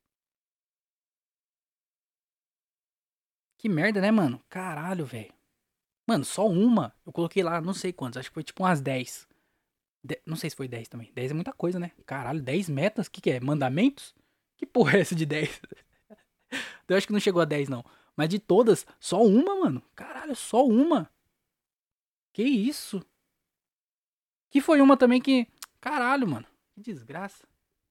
Que merda, né, mano? Caralho, velho. Mano, só uma. Eu coloquei lá, não sei quantas, acho que foi tipo umas dez. De... Não sei se foi dez também. Dez é muita coisa, né? Caralho, dez metas? O que, que é? Mandamentos? Que porra é essa de dez? Eu acho que não chegou a dez, não. Mas de todas, só uma, mano. Caralho, só uma. Que isso? Que foi uma também que. Caralho, mano. Que desgraça.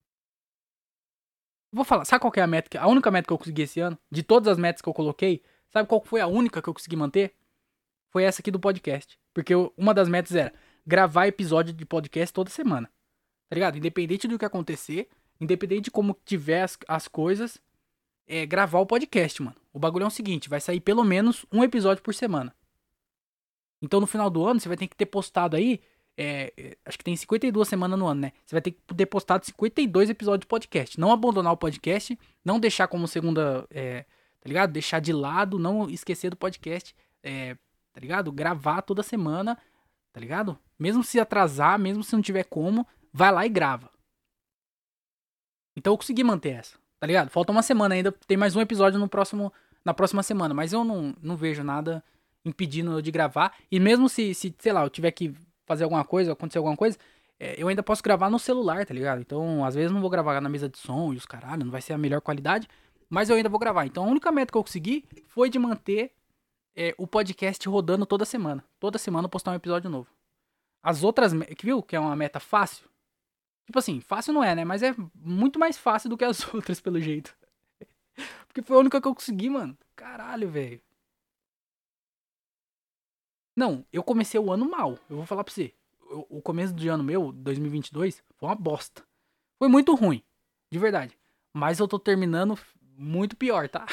Vou falar, sabe qual que é a meta? A única meta que eu consegui esse ano? De todas as metas que eu coloquei, sabe qual foi a única que eu consegui manter? Foi essa aqui do podcast. Porque eu, uma das metas era gravar episódio de podcast toda semana. Tá ligado? Independente do que acontecer, independente de como tiver as, as coisas, é gravar o podcast, mano. O bagulho é o seguinte, vai sair pelo menos um episódio por semana. Então no final do ano você vai ter que ter postado aí, é, é, acho que tem cinquenta e duas semanas no ano, né? Você vai ter que ter postado cinquenta e dois episódios de podcast. Não abandonar o podcast, não deixar como segunda, é, tá ligado? Deixar de lado, não esquecer do podcast, é, tá ligado? Gravar toda semana, tá ligado? Mesmo se atrasar, mesmo se não tiver como, vai lá e grava. Então eu consegui manter essa, tá ligado? Falta uma semana ainda, tem mais um episódio no próximo, na próxima semana, mas eu não, não vejo nada impedindo eu de gravar. E mesmo se, se, sei lá, eu tiver que fazer alguma coisa, acontecer alguma coisa, é, eu ainda posso gravar no celular, tá ligado? Então, às vezes não vou gravar na mesa de som e os caralho, não vai ser a melhor qualidade, mas eu ainda vou gravar. Então a única meta que eu consegui foi de manter é, o podcast rodando toda semana. Toda semana eu postar um episódio novo. As outras, que viu que é uma meta fácil? Tipo assim, fácil não é, né? Mas é muito mais fácil do que as outras, pelo jeito. Porque foi a única que eu consegui, mano. Caralho, velho. Não, eu comecei o ano mal. Eu vou falar pra você. O, o começo do ano meu, dois mil e vinte e dois, foi uma bosta. Foi muito ruim, de verdade. Mas eu tô terminando muito pior, tá?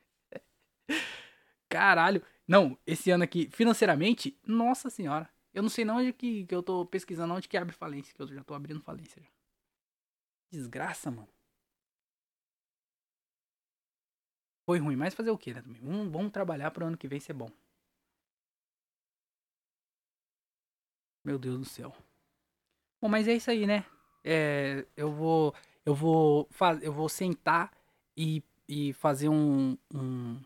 Caralho. Não, esse ano aqui, financeiramente, nossa senhora. Eu não sei não onde que, que eu tô pesquisando, onde que abre falência, que eu já tô abrindo falência já. Desgraça, mano. Foi ruim, mas fazer o quê, né? Também? Vamos, vamos trabalhar pro ano que vem ser bom. Meu Deus do céu. Bom, mas é isso aí, né? É, eu vou, eu vou, faz, eu vou sentar e, e fazer um, um,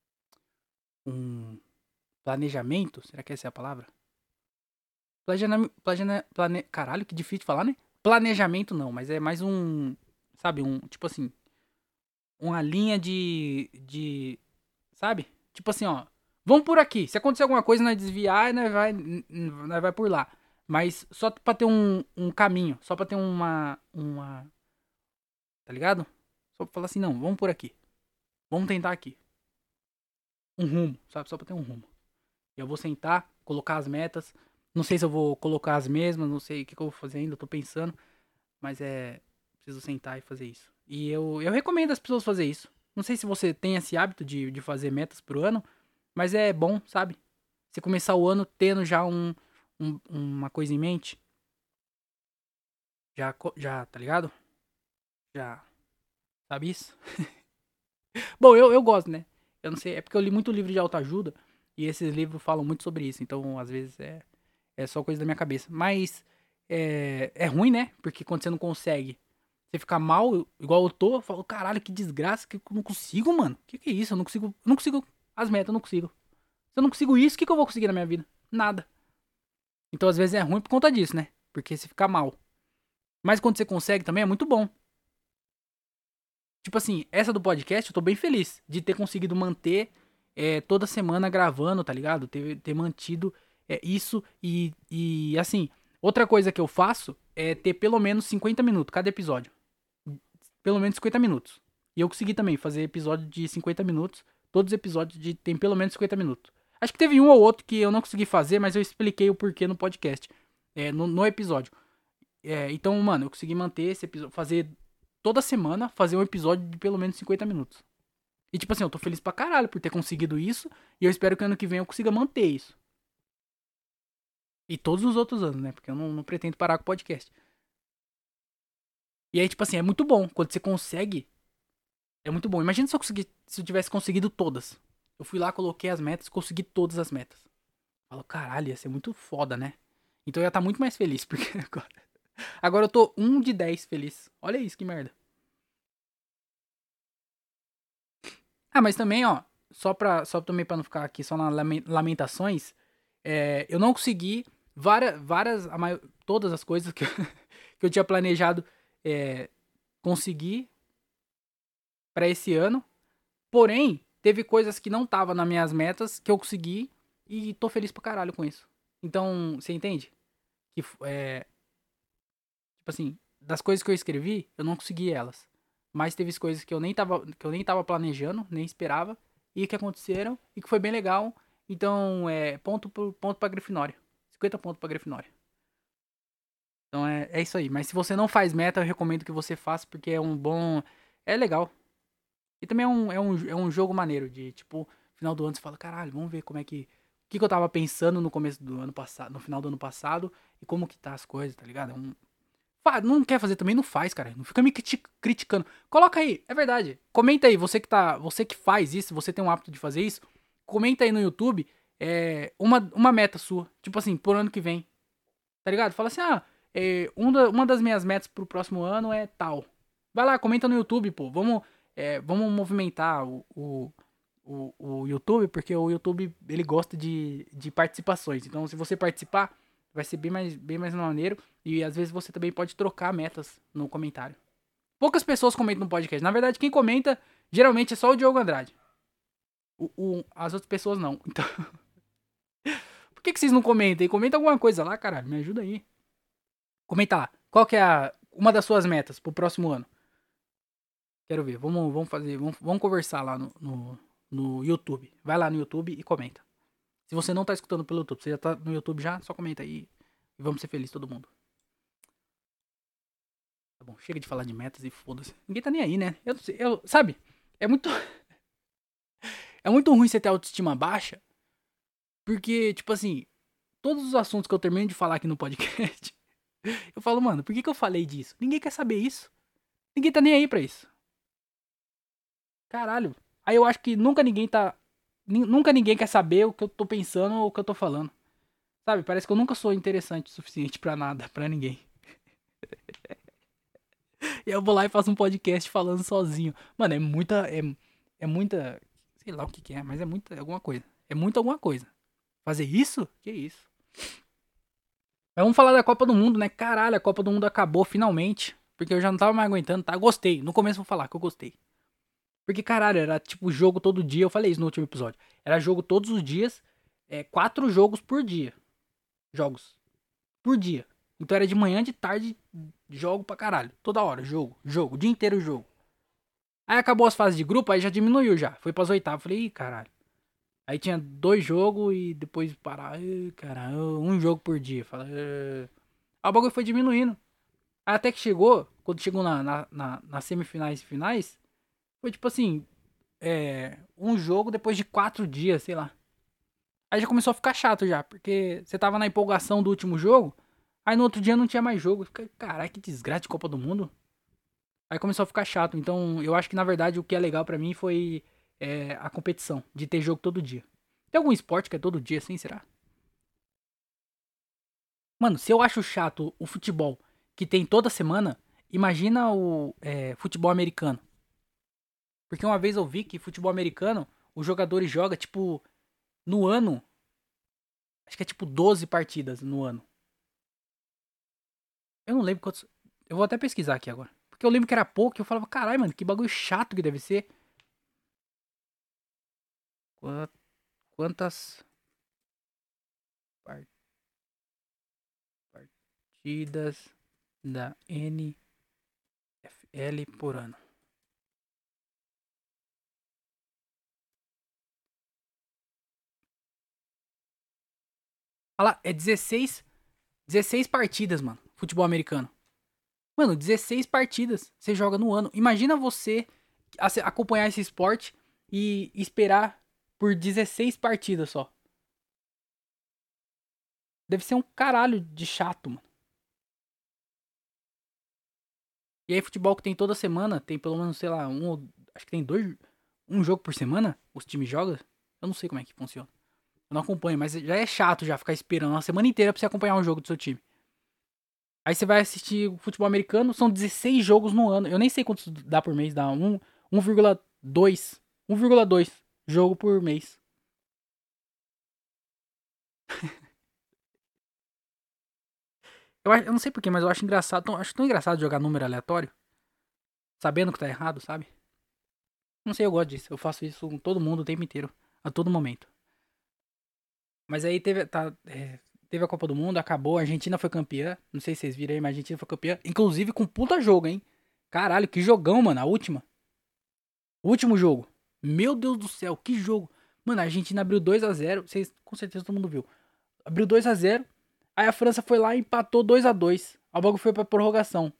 um planejamento. Será que essa é a palavra? Planejamento, plane, plane, caralho, que difícil de falar, né? Planejamento não, mas é mais um, sabe, um, tipo assim, uma linha de, de, sabe? Tipo assim, ó, vamos por aqui. Se acontecer alguma coisa, nós desviar, nós vai, nós vai por lá. Mas só pra ter um, um caminho, só pra ter uma, uma, tá ligado? Só pra falar assim, não, vamos por aqui. Vamos tentar aqui. Um rumo, sabe? Só pra ter um rumo. Eu vou sentar, colocar as metas. Não sei se eu vou colocar as mesmas, não sei o que, que eu vou fazer ainda, eu tô pensando. Mas é. Preciso sentar e fazer isso. E eu, eu recomendo as pessoas fazer isso. Não sei se você tem esse hábito de, de fazer metas pro ano, mas é bom, sabe? Você começar o ano tendo já um, um uma coisa em mente. Já, já, tá ligado? Já. Sabe isso? Bom, eu, eu gosto, né? Eu não sei, é porque eu li muito livro de autoajuda e esses livros falam muito sobre isso. Então, às vezes, é, é só coisa da minha cabeça. Mas é, é ruim, né? Porque quando você não consegue, você fica mal, igual eu tô, eu falo, caralho, que desgraça, que eu não consigo, mano. Que que é isso? Eu não consigo, eu não consigo as metas, eu não consigo. Se eu não consigo isso, o que, que eu vou conseguir na minha vida? Nada. Então, às vezes, é ruim por conta disso, né? Porque você fica mal. Mas quando você consegue também, é muito bom. Tipo assim, essa do podcast eu tô bem feliz de ter conseguido manter é, toda semana gravando, tá ligado? Ter, ter mantido é, isso e, e assim, outra coisa que eu faço é ter pelo menos cinquenta minutos cada episódio. Pelo menos cinquenta minutos. E eu consegui também fazer episódio de cinquenta minutos. Todos os episódios de, tem pelo menos cinquenta minutos. Acho que teve um ou outro que eu não consegui fazer, mas eu expliquei o porquê no podcast. É, no, no episódio. É, então, mano, eu consegui manter esse episódio, fazer toda semana, fazer um episódio de pelo menos cinquenta minutos. E tipo assim, eu tô feliz pra caralho por ter conseguido isso, e eu espero que ano que vem eu consiga manter isso. E todos os outros anos, né? Porque eu não, não pretendo parar com o podcast. E aí, tipo assim, é muito bom. Quando você consegue, é muito bom. Imagina se eu, consegui, se eu tivesse conseguido todas. Eu fui lá, coloquei as metas, consegui todas as metas. Falo, caralho, ia ser muito foda, né? Então eu ia estar muito mais feliz, porque agora... Agora eu tô um de dez feliz. Olha isso, que merda. Ah, mas também, ó, só pra, só também pra não ficar aqui só na lamentações, é, eu não consegui várias, várias a maior, todas as coisas que eu, que eu tinha planejado é, conseguir pra esse ano. Porém, teve coisas que não tava nas minhas metas que eu consegui e tô feliz pra caralho com isso. Então, você entende? Que é, tipo assim, das coisas que eu escrevi, eu não consegui elas. Mas teve coisas que eu nem tava, que eu nem tava planejando, nem esperava, e que aconteceram, e que foi bem legal. Então, é ponto, pro, ponto pra Grifinória. cinquenta pontos pra Grifinória. Então é, é isso aí. Mas se você não faz meta, eu recomendo que você faça, porque é um bom. É legal. E também é um, é um, é um jogo maneiro de, tipo, final do ano você fala, caralho, vamos ver como é que. O que, que eu tava pensando no começo do ano passado, no final do ano passado, e como que tá as coisas, tá ligado? É um, não quer fazer também, não faz, cara. Não fica me criticando. Coloca aí, é verdade. Comenta aí, você que tá. Você que faz isso, você tem um hábito de fazer isso. Comenta aí no YouTube é, uma, uma meta sua. Tipo assim, por ano que vem. Tá ligado? Fala assim, ah, é, um da, uma das minhas metas pro próximo ano é tal. Vai lá, comenta no YouTube, pô. Vamos, é, vamos movimentar o, o, o, o YouTube, porque o YouTube ele gosta de, de participações. Então, se você participar, vai ser bem mais, bem mais maneiro. E às vezes você também pode trocar metas no comentário. Poucas pessoas comentam no podcast. Na verdade, quem comenta geralmente é só o Diogo Andrade. O, o, as outras pessoas não. Então. Por que, que vocês não comentam? Comenta alguma coisa lá, caralho. Me ajuda aí. Comenta lá. Qual que é a, uma das suas metas pro próximo ano? Quero ver. Vamos, vamos fazer. Vamos, vamos conversar lá no, no, no YouTube. Vai lá no YouTube e comenta. Se você não tá escutando pelo YouTube, você já tá no YouTube já, só comenta aí. E vamos ser felizes todo mundo. Tá bom, chega de falar de metas e foda-se. Ninguém tá nem aí, né? Eu não sei, eu, sabe? É muito. É muito ruim você ter autoestima baixa. Porque, tipo assim, todos os assuntos que eu termino de falar aqui no podcast, eu falo, mano, por que, que eu falei disso? Ninguém quer saber isso. Ninguém tá nem aí pra isso. Caralho. Aí eu acho que nunca ninguém tá. Nunca ninguém quer saber o que eu tô pensando ou o que eu tô falando. Sabe? Parece que eu nunca sou interessante o suficiente pra nada, pra ninguém. E eu vou lá e faço um podcast falando sozinho. Mano, é muita. É, é muita. Sei lá o que, que é, mas é muita. Alguma coisa. É muita alguma coisa. Fazer isso? Que isso? Mas vamos falar da Copa do Mundo, né? Caralho, a Copa do Mundo acabou finalmente. Porque eu já não tava mais aguentando, tá? Gostei. No começo eu vou falar que eu gostei. Porque, caralho, era tipo jogo todo dia. Eu falei isso no último episódio. Era jogo todos os dias. É, quatro jogos por dia. Jogos. Por dia. Então era de manhã, de tarde, jogo pra caralho. Toda hora, jogo, jogo, o dia inteiro jogo. Aí acabou as fases de grupo, aí já diminuiu já. Foi pras oitavas. Falei, ih, caralho. Aí tinha dois jogos e depois parar. Ih, caralho, um jogo por dia. Fala, aí o bagulho foi diminuindo. Aí até que chegou, quando chegou na, na, na, nas semifinais e finais, foi tipo assim, é, um jogo depois de quatro dias, sei lá. Aí já começou a ficar chato já, porque você tava na empolgação do último jogo, aí no outro dia não tinha mais jogo. Fica, caralho, que desgraça de Copa do Mundo. Aí começou a ficar chato. Então eu acho que na verdade o que é legal pra mim foi é, a competição, de ter jogo todo dia. Tem algum esporte que é todo dia assim, será? Mano, se eu acho chato o futebol que tem toda semana, imagina o é, futebol americano. Porque uma vez eu vi que futebol americano, os jogadores jogam, tipo, no ano. Acho que é tipo doze partidas no ano. Eu não lembro quantos. Eu vou até pesquisar aqui agora. Porque eu lembro que era pouco e eu falava, caralho, mano, que bagulho chato que deve ser. Qua- Quantas par- partidas da N F L por ano? Olha lá, é dezesseis, dezesseis partidas, mano. Futebol americano. Mano, dezesseis partidas você joga no ano. Imagina você acompanhar esse esporte e esperar por dezesseis partidas só. Deve ser um caralho de chato, mano. E aí, futebol que tem toda semana, tem pelo menos, sei lá, um ou. Acho que tem dois. Um jogo por semana? Os times jogam? Eu não sei como é que funciona. Eu não acompanho, mas já é chato já ficar esperando uma semana inteira pra você acompanhar um jogo do seu time. Aí você vai assistir o futebol americano, são dezesseis jogos no ano. Eu nem sei quantos dá por mês, dá um, um vírgula dois. um vírgula dois jogo por mês. Eu, acho- eu não sei porquê, mas eu acho engraçado. Tão, acho tão engraçado jogar número aleatório, sabendo que tá errado, sabe? Não sei, eu gosto disso. Eu faço isso com todo mundo o tempo inteiro, a todo momento. Mas aí teve, tá, é, teve a Copa do Mundo, acabou, a Argentina foi campeã. Não sei se vocês viram aí, mas a Argentina foi campeã. Inclusive com puta jogo, hein? Caralho, que jogão, mano. A última. O último jogo. Meu Deus do céu, que jogo. Mano, a Argentina abriu dois a zero. Vocês, com certeza todo mundo viu. Abriu dois a zero. Aí a França foi lá e empatou dois a dois. A bola foi pra prorrogação.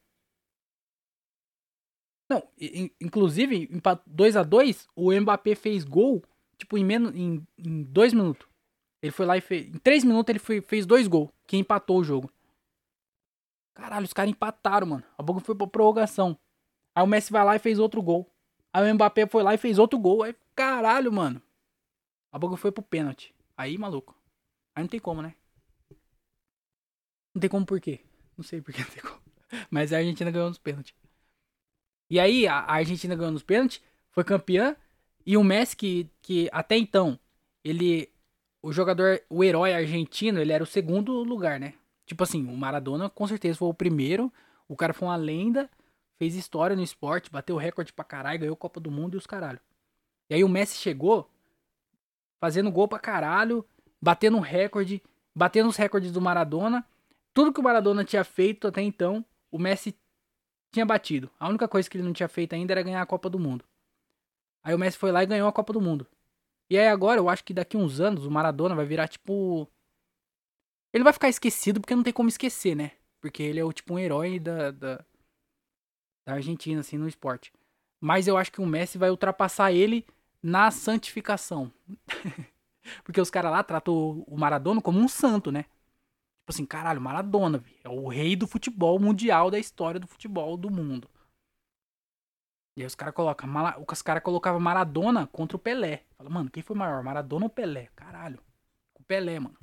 Não, inclusive, dois a dois, o Mbappé fez gol, tipo, em menos em, em dois minutos. Ele foi lá e fez. Em três minutos ele foi, fez dois gols, que empatou o jogo. Caralho, os caras empataram, mano. A bola foi pra prorrogação. Aí o Messi vai lá e fez outro gol. Aí o Mbappé foi lá e fez outro gol. Aí, caralho, mano. A bola foi pro pênalti. Aí, maluco. Aí não tem como, né? Não tem como por quê? Não sei por que não tem como. Mas a Argentina ganhou nos pênaltis. E aí, a Argentina ganhou nos pênaltis, foi campeã. E o Messi, que, que até então, ele. O jogador, o herói argentino, ele era o segundo lugar, né? Tipo assim, o Maradona com certeza foi o primeiro. O cara foi uma lenda, fez história no esporte, bateu recorde pra caralho, ganhou Copa do Mundo e os caralho. E aí o Messi chegou fazendo gol pra caralho, batendo recorde, batendo os recordes do Maradona. Tudo que o Maradona tinha feito até então, o Messi tinha batido. A única coisa que ele não tinha feito ainda era ganhar a Copa do Mundo. Aí o Messi foi lá e ganhou a Copa do Mundo. E aí agora, eu acho que daqui uns anos, o Maradona vai virar tipo... Ele vai ficar esquecido porque não tem como esquecer, né? Porque ele é o tipo um herói da... da... da Argentina, assim, no esporte. Mas eu acho que o Messi vai ultrapassar ele na santificação. Porque os caras lá tratam o Maradona como um santo, né? Tipo assim, caralho, Maradona, véio, é o rei do futebol mundial, da história do futebol do mundo. E aí os caras colocam, os caras colocavam Maradona contra o Pelé. Fala, mano, quem foi maior, Maradona ou Pelé? Caralho, o Pelé, mano.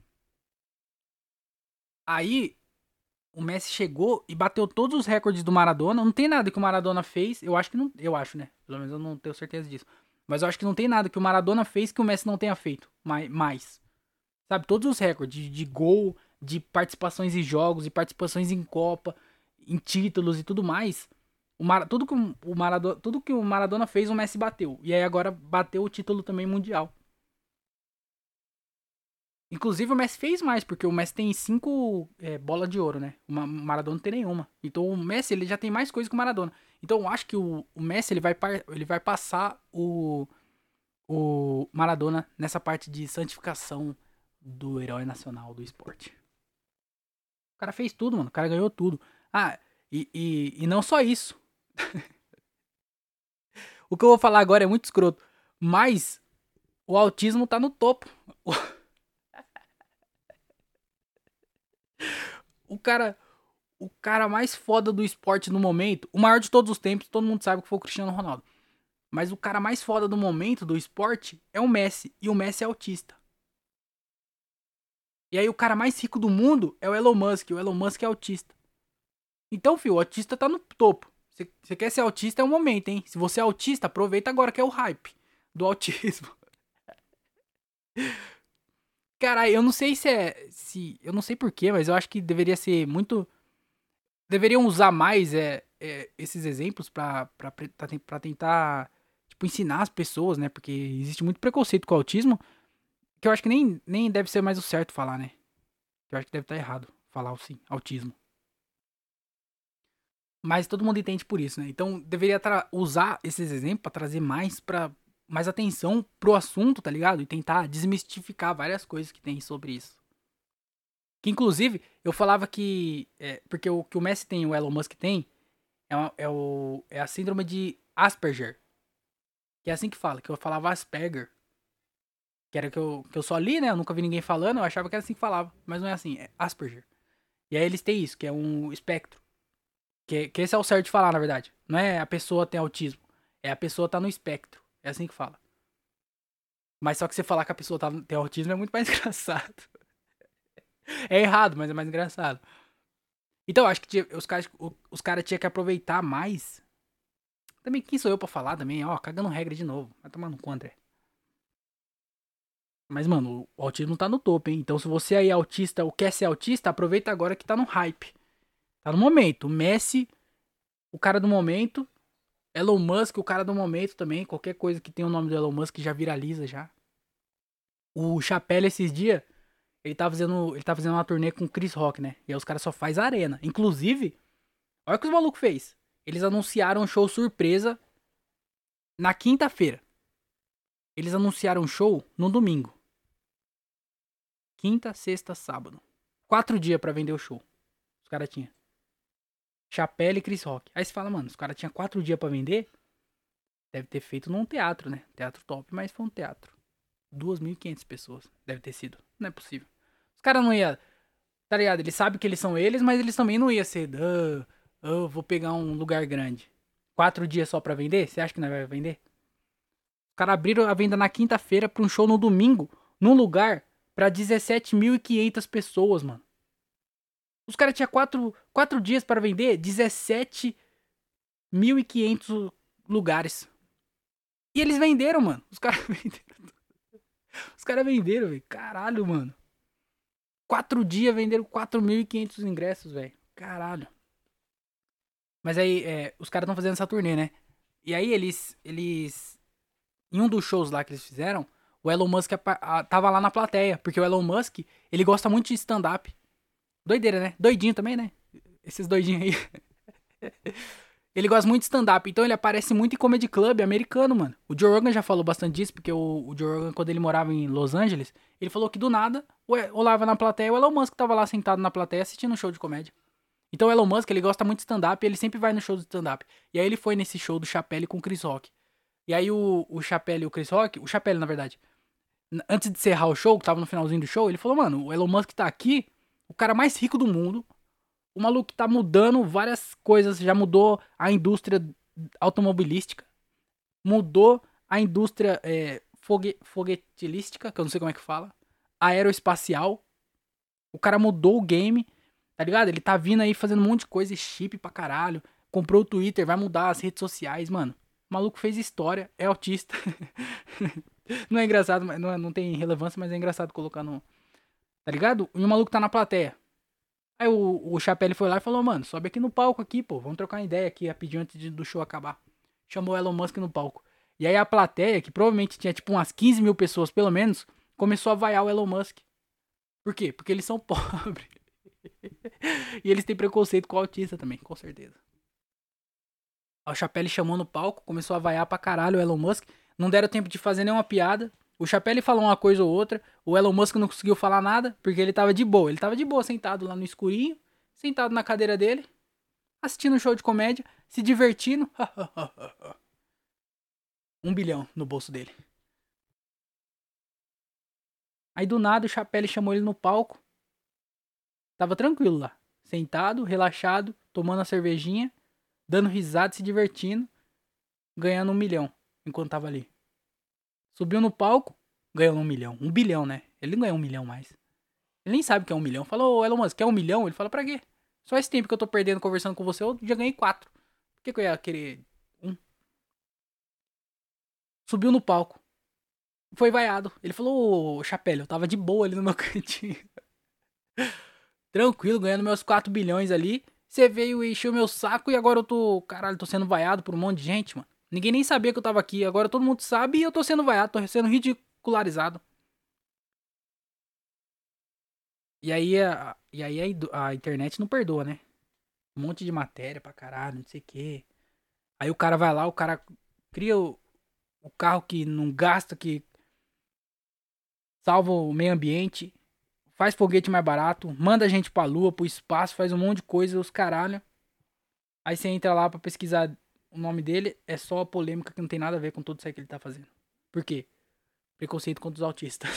Aí o Messi chegou e bateu todos os recordes do Maradona. Não tem nada que o Maradona fez. Eu acho que não. Eu acho, né? Pelo menos eu não tenho certeza disso. Mas eu acho que não tem nada que o Maradona fez que o Messi não tenha feito. Mais. Sabe? Todos os recordes de, de gol, de participações em jogos, de participações em Copa, em títulos e tudo mais. O Mar, tudo, que o Maradona, tudo que o Maradona fez, o Messi bateu. E aí agora bateu o título também mundial. Inclusive o Messi fez mais, porque o Messi tem cinco é, bolas de ouro, né? O Maradona não tem nenhuma. Então o Messi ele já tem mais coisa que o Maradona. Então eu acho que o, o Messi ele vai, ele vai passar o, o Maradona nessa parte de santificação do herói nacional do esporte. O cara fez tudo, mano. O cara ganhou tudo. Ah, e, e, e não só isso. O que eu vou falar agora é muito escroto. Mas o autismo tá no topo. O cara, o cara mais foda do esporte no momento, o maior de todos os tempos, todo mundo sabe que foi o Cristiano Ronaldo. Mas o cara mais foda do momento do esporte é o Messi. E o Messi é autista. E aí o cara mais rico do mundo é o Elon Musk. O Elon Musk é autista. Então, filho, o autista tá no topo. Você quer ser autista é o momento, hein? Se você é autista, aproveita agora que é o hype do autismo. Cara, eu não sei se é. Se, eu não sei porquê, mas eu acho que deveria ser muito. Deveriam usar mais é, é, esses exemplos pra, pra, pra, pra tentar tipo, ensinar as pessoas, né? Porque existe muito preconceito com o autismo. Que eu acho que nem, nem deve ser mais o certo falar, né? Eu acho que deve estar errado falar assim, autismo. Mas todo mundo entende por isso, né? Então deveria usar esses exemplos pra trazer mais para mais atenção pro assunto, tá ligado? E tentar desmistificar várias coisas que tem sobre isso. Que inclusive eu falava que é, porque o que o Messi tem, o Elon Musk tem, é, uma, é, o, é a síndrome de Asperger. Que é assim que fala, que eu falava Asperger. Que era que eu, que eu só li, né? Eu nunca vi ninguém falando, eu achava que era assim que falava. Mas não é assim, é Asperger. E aí eles têm isso, que é um espectro. Que, que esse é o certo de falar, na verdade. Não é a pessoa tem autismo. É a pessoa tá no espectro. É assim que fala. Mas só que você falar que a pessoa tá, tem autismo é muito mais engraçado. É errado, mas é mais engraçado. Então, eu acho que tinha, os caras os cara tinham que aproveitar mais. Também, quem sou eu pra falar também? Ó, cagando regra de novo. Vai tomar no cu, André. Mas, mano, o autismo tá no topo, hein? Então, se você aí é autista ou quer ser autista, aproveita agora que tá no hype. Tá no momento. O Messi, o cara do momento. Elon Musk, o cara do momento também. Qualquer coisa que tenha o nome do Elon Musk já viraliza já. O Chapelle esses dias, ele tá fazendo, ele tá fazendo uma turnê com o Chris Rock, né? E aí os caras só faz arena. Inclusive, olha o que os malucos fez. Eles anunciaram um show surpresa na quinta-feira. Eles anunciaram um show no domingo. Quinta, sexta, sábado. Quatro dias pra vender o show. Os caras tinham. Chapelle e Chris Rock. Aí você fala, mano, os caras tinham quatro dias pra vender. Deve ter feito num teatro, né? Teatro top, mas foi um teatro. duas mil e quinhentas pessoas. Deve ter sido. Não é possível. Os caras não iam. Tá ligado? Eles sabem que eles são eles, mas eles também não iam ser. Ah, oh, vou pegar um lugar grande. Quatro dias só pra vender? Você acha que não vai vender? Os caras abriram a venda na quinta-feira pra um show no domingo. Num lugar pra dezessete mil e quinhentas pessoas, mano. Os caras tinham quatro, quatro dias para vender dezessete mil e quinhentos lugares. E eles venderam, mano. Os caras venderam. Os caras venderam, velho. Caralho, mano. Quatro dias venderam quatro mil e quinhentos ingressos, velho. Caralho. Mas aí, é, os caras estão fazendo essa turnê, né? E aí eles, eles... Em um dos shows lá que eles fizeram, o Elon Musk tava lá na plateia. Porque o Elon Musk, ele gosta muito de stand-up. Doideira, né? Doidinho também, né? Esses doidinhos aí. Ele gosta muito de stand-up, então ele aparece muito em comedy club americano, mano. O Joe Rogan já falou bastante disso, porque o, o Joe Rogan, quando ele morava em Los Angeles, ele falou que do nada, olhava na plateia, o Elon Musk tava lá sentado na plateia assistindo um show de comédia. Então o Elon Musk, ele gosta muito de stand-up e ele sempre vai no show de stand-up. E aí ele foi nesse show do Chappelle com o Chris Rock. E aí o, o Chappelle e o Chris Rock, o Chappelle na verdade, n- antes de encerrar o show, que tava no finalzinho do show, ele falou, mano, o Elon Musk tá aqui, o cara mais rico do mundo, o maluco que tá mudando várias coisas, já mudou a indústria automobilística, mudou a indústria é, fogue, foguetilística, que eu não sei como é que fala, aeroespacial, o cara mudou o game, tá ligado? Ele tá vindo aí fazendo um monte de coisa, chip pra caralho. Comprou o Twitter, vai mudar as redes sociais, mano. O maluco fez história, é autista. Não é engraçado, mas não, é- não tem relevância, mas é engraçado colocar no. Tá ligado? E o maluco tá na plateia. Aí o, o Chapelle foi lá e falou, mano, sobe aqui no palco aqui, pô. Vamos trocar uma ideia aqui rapidinho antes de- do show acabar. Chamou o Elon Musk no palco. E aí a plateia, que provavelmente tinha tipo umas quinze mil pessoas pelo menos, começou a vaiar o Elon Musk. Por quê? Porque eles são pobres. E eles têm preconceito com o autista também, com certeza. Aí o Chapelle chamou no palco, começou a vaiar pra caralho o Elon Musk. Não deram tempo de fazer nenhuma piada. O Chapelle falou uma coisa ou outra. O Elon Musk não conseguiu falar nada, porque ele tava de boa. Ele tava de boa, sentado lá no escurinho, sentado na cadeira dele, assistindo um show de comédia, se divertindo. Um bilhão no bolso dele. Aí do nada o Chapelle chamou ele no palco. Tava tranquilo lá. Sentado, relaxado, tomando a cervejinha, dando risada, se divertindo, ganhando um milhão enquanto tava ali. Subiu no palco, ganhou um milhão. Um bilhão, né? Ele não ganhou um milhão mais. Ele nem sabe o que é um milhão. Falou, ô Elon Musk, quer um milhão? Ele fala, pra quê? Só esse tempo que eu tô perdendo conversando com você, eu já ganhei quatro. Por que, que eu ia querer um? Subiu no palco. Foi vaiado. Ele falou, ô Chapéu, eu tava de boa ali no meu cantinho. Tranquilo, ganhando meus quatro bilhões ali. Você veio e encheu meu saco e agora eu tô, caralho, tô sendo vaiado por um monte de gente, mano. Ninguém nem sabia que eu tava aqui. Agora todo mundo sabe e eu tô sendo vaiado, tô sendo ridicularizado. E aí, a, e aí a, ido- a internet não perdoa, né? Um monte de matéria pra caralho, não sei o quê. Aí o cara vai lá, o cara cria o, o carro que não gasta, que salva o meio ambiente, faz foguete mais barato, manda a gente pra lua, pro espaço, faz um monte de coisa, os caralho. Aí você entra lá pra pesquisar o nome dele, é só polêmica que não tem nada a ver com tudo isso aí que ele tá fazendo. Por quê? Preconceito contra os autistas.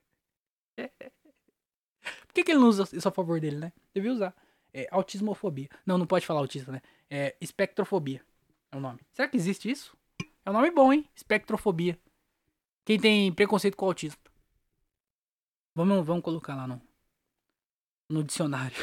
Por que, que ele não usa isso a favor dele, né? Devia usar. É autismofobia. Não, não pode falar autista, né? É espectrofobia. É o nome. Será que existe isso? É um nome bom, hein? Espectrofobia. Quem tem preconceito com autismo. Vamos, vamos colocar lá no, no dicionário.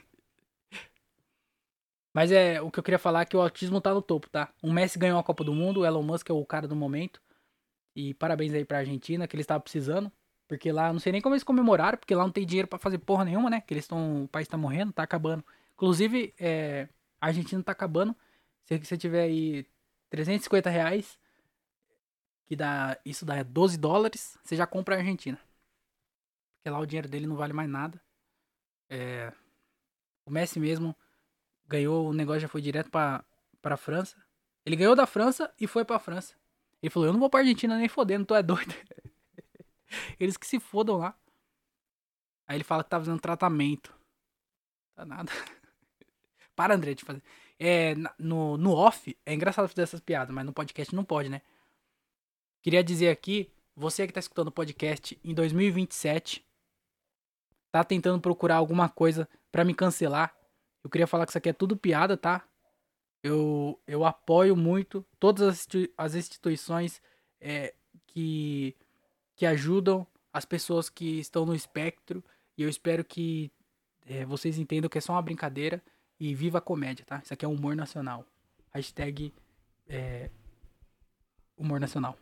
Mas é o que eu queria falar é que o autismo tá no topo, tá? O Messi ganhou a Copa do Mundo, o Elon Musk é o cara do momento. E parabéns aí pra Argentina, que eles estavam precisando. Porque lá, não sei nem como eles comemoraram, porque lá não tem dinheiro pra fazer porra nenhuma, né? Que eles estão. O país tá morrendo, tá acabando. Inclusive, é, a Argentina tá acabando. Se você tiver aí trezentos e cinquenta reais, que dá. Isso dá doze dólares, você já compra a Argentina. Porque lá o dinheiro dele não vale mais nada. É, o Messi mesmo ganhou, o negócio já foi direto pra, pra França. Ele ganhou da França e foi pra França. Ele falou, eu não vou pra Argentina nem fodendo, tu é doido. Eles que se fodam lá. Aí ele fala que tá fazendo tratamento. Tá nada. Para, André, de fazer. É, na- no, no off, é engraçado fazer essas piadas, mas no podcast não pode, né? Queria dizer aqui, você que tá escutando o podcast em dois mil e vinte e sete, tá tentando procurar alguma coisa pra me cancelar. Eu queria falar que isso aqui é tudo piada, tá? Eu, eu apoio muito todas as, institui- as instituições é, que, que ajudam as pessoas que estão no espectro. E eu espero que é, vocês entendam que é só uma brincadeira. E viva a comédia, tá? Isso aqui é humor nacional. Hashtag é, humor nacional.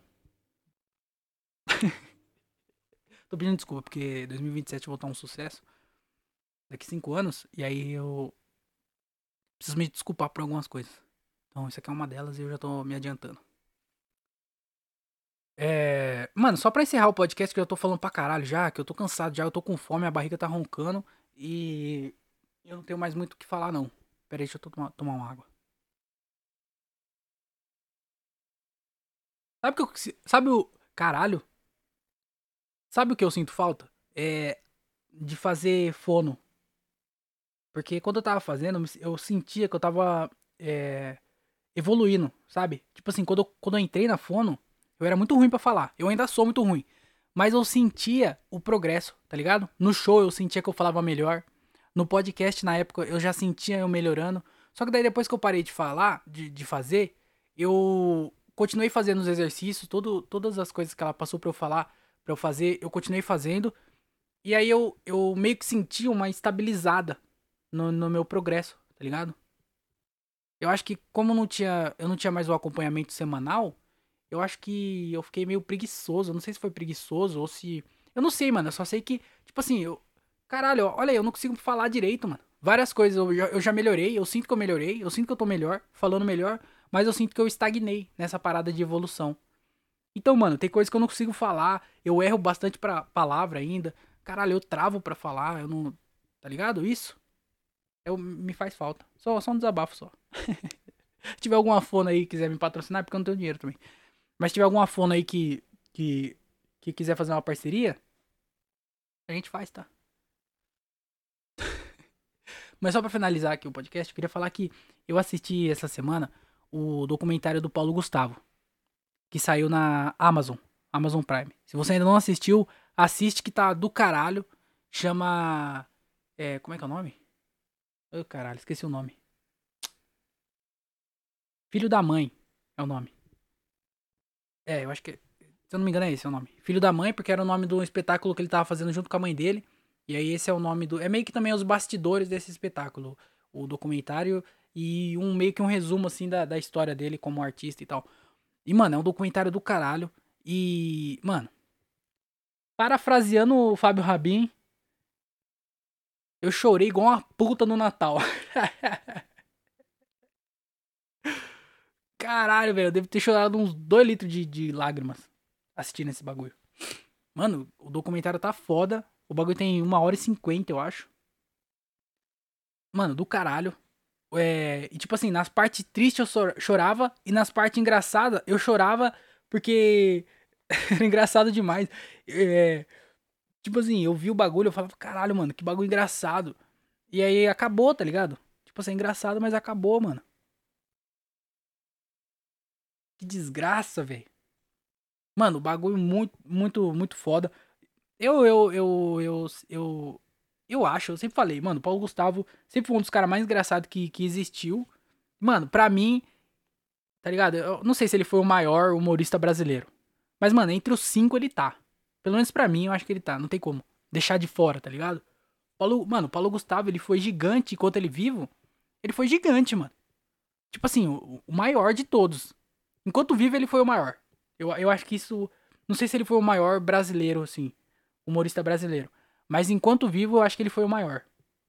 Tô pedindo desculpa, porque dois mil e vinte e sete eu vou estar um sucesso. Daqui cinco anos. E aí eu preciso me desculpar por algumas coisas. Então, isso aqui é uma delas e eu já tô me adiantando. É. Mano, só pra encerrar o podcast, que eu tô falando pra caralho já, que eu tô cansado já, eu tô com fome, a barriga tá roncando e eu não tenho mais muito o que falar, não. Pera aí, deixa eu tomar, tomar uma água. Sabe o que eu. Sabe o. Caralho. Sabe o que eu sinto falta? É. De fazer fono. Porque quando eu tava fazendo, eu me- eu sentia que eu tava é, evoluindo, sabe? Tipo assim, quando eu, quando eu entrei na fono, eu era muito ruim pra falar. Eu ainda sou muito ruim. Mas eu sentia o progresso, tá ligado? No show eu sentia que eu falava melhor. No podcast, na época, eu já sentia eu melhorando. Só que daí depois que eu parei de falar, de, de fazer, eu continuei fazendo os exercícios, todo, todas as coisas que ela passou pra eu falar, pra eu fazer, eu continuei fazendo. E aí eu, eu meio que senti uma estabilizada no, no meu progresso, tá ligado? Eu acho que como não tinha, eu não tinha mais o acompanhamento semanal, eu acho que eu fiquei meio preguiçoso. Eu não sei se foi preguiçoso ou se. Eu não sei, mano. Eu só sei que, tipo assim, eu. Caralho, olha aí, eu não consigo falar direito, mano. Várias coisas eu já, eu já melhorei, eu sinto que eu melhorei, eu sinto que eu tô melhor, falando melhor, mas eu sinto que eu estagnei nessa parada de evolução. Então, mano, tem coisas que eu não consigo falar, eu erro bastante pra palavra ainda. Caralho, eu travo pra falar, eu não. Tá ligado? Isso eu, me faz falta. Só, só um desabafo só. Se tiver alguma fona aí que quiser me patrocinar, porque eu não tenho dinheiro também. Mas se tiver alguma fona aí que, que, que quiser fazer uma parceria, a gente faz, tá? Mas só pra finalizar aqui o podcast, eu queria falar que eu assisti essa semana o documentário do Paulo Gustavo, que saiu na Amazon, Amazon Prime. Se você ainda não assistiu, assiste que tá do caralho. Chama. É, como é que é o nome? Ô, caralho, esqueci o nome. Filho da Mãe é o nome. É, eu acho que. Se eu não me engano, é esse o nome. Filho da Mãe, porque era o nome do espetáculo que ele tava fazendo junto com a mãe dele. E aí esse é o nome do. É meio que também os bastidores desse espetáculo. O documentário e um meio que um resumo, assim, da, da história dele como artista e tal. E, mano, é um documentário do caralho. E, mano, parafraseando o Fábio Rabin, eu chorei igual uma puta no Natal. Caralho, velho, eu devo ter chorado uns dois litros de, de lágrimas assistindo esse bagulho. Mano, o documentário tá foda. O bagulho tem uma hora e cinquenta, eu acho. Mano, do caralho. É, e tipo assim, nas partes tristes eu sor- chorava. E nas partes engraçadas eu chorava porque era engraçado demais. É, tipo assim, eu vi o bagulho, eu falava, caralho, mano, que bagulho engraçado. E aí acabou, tá ligado? Tipo assim, é engraçado, mas acabou, mano. Que desgraça, velho. Mano, o bagulho muito, muito, muito foda. Eu, eu, eu, eu, eu, eu acho, eu sempre falei, mano, o Paulo Gustavo sempre foi um dos caras mais engraçados que, que existiu. Mano, pra mim, tá ligado? Eu não sei se ele foi o maior humorista brasileiro. Mas, mano, entre os cinco ele tá. Pelo menos pra mim, eu acho que ele tá. Não tem como deixar de fora, tá ligado? Paulo, mano, o Paulo Gustavo, ele foi gigante enquanto ele vivo. Ele foi gigante, mano. Tipo assim, o, o maior de todos. Enquanto vivo, ele foi o maior. Eu, eu acho que isso. Não sei se ele foi o maior brasileiro, assim. Humorista brasileiro. Mas enquanto vivo, eu acho que ele foi o maior.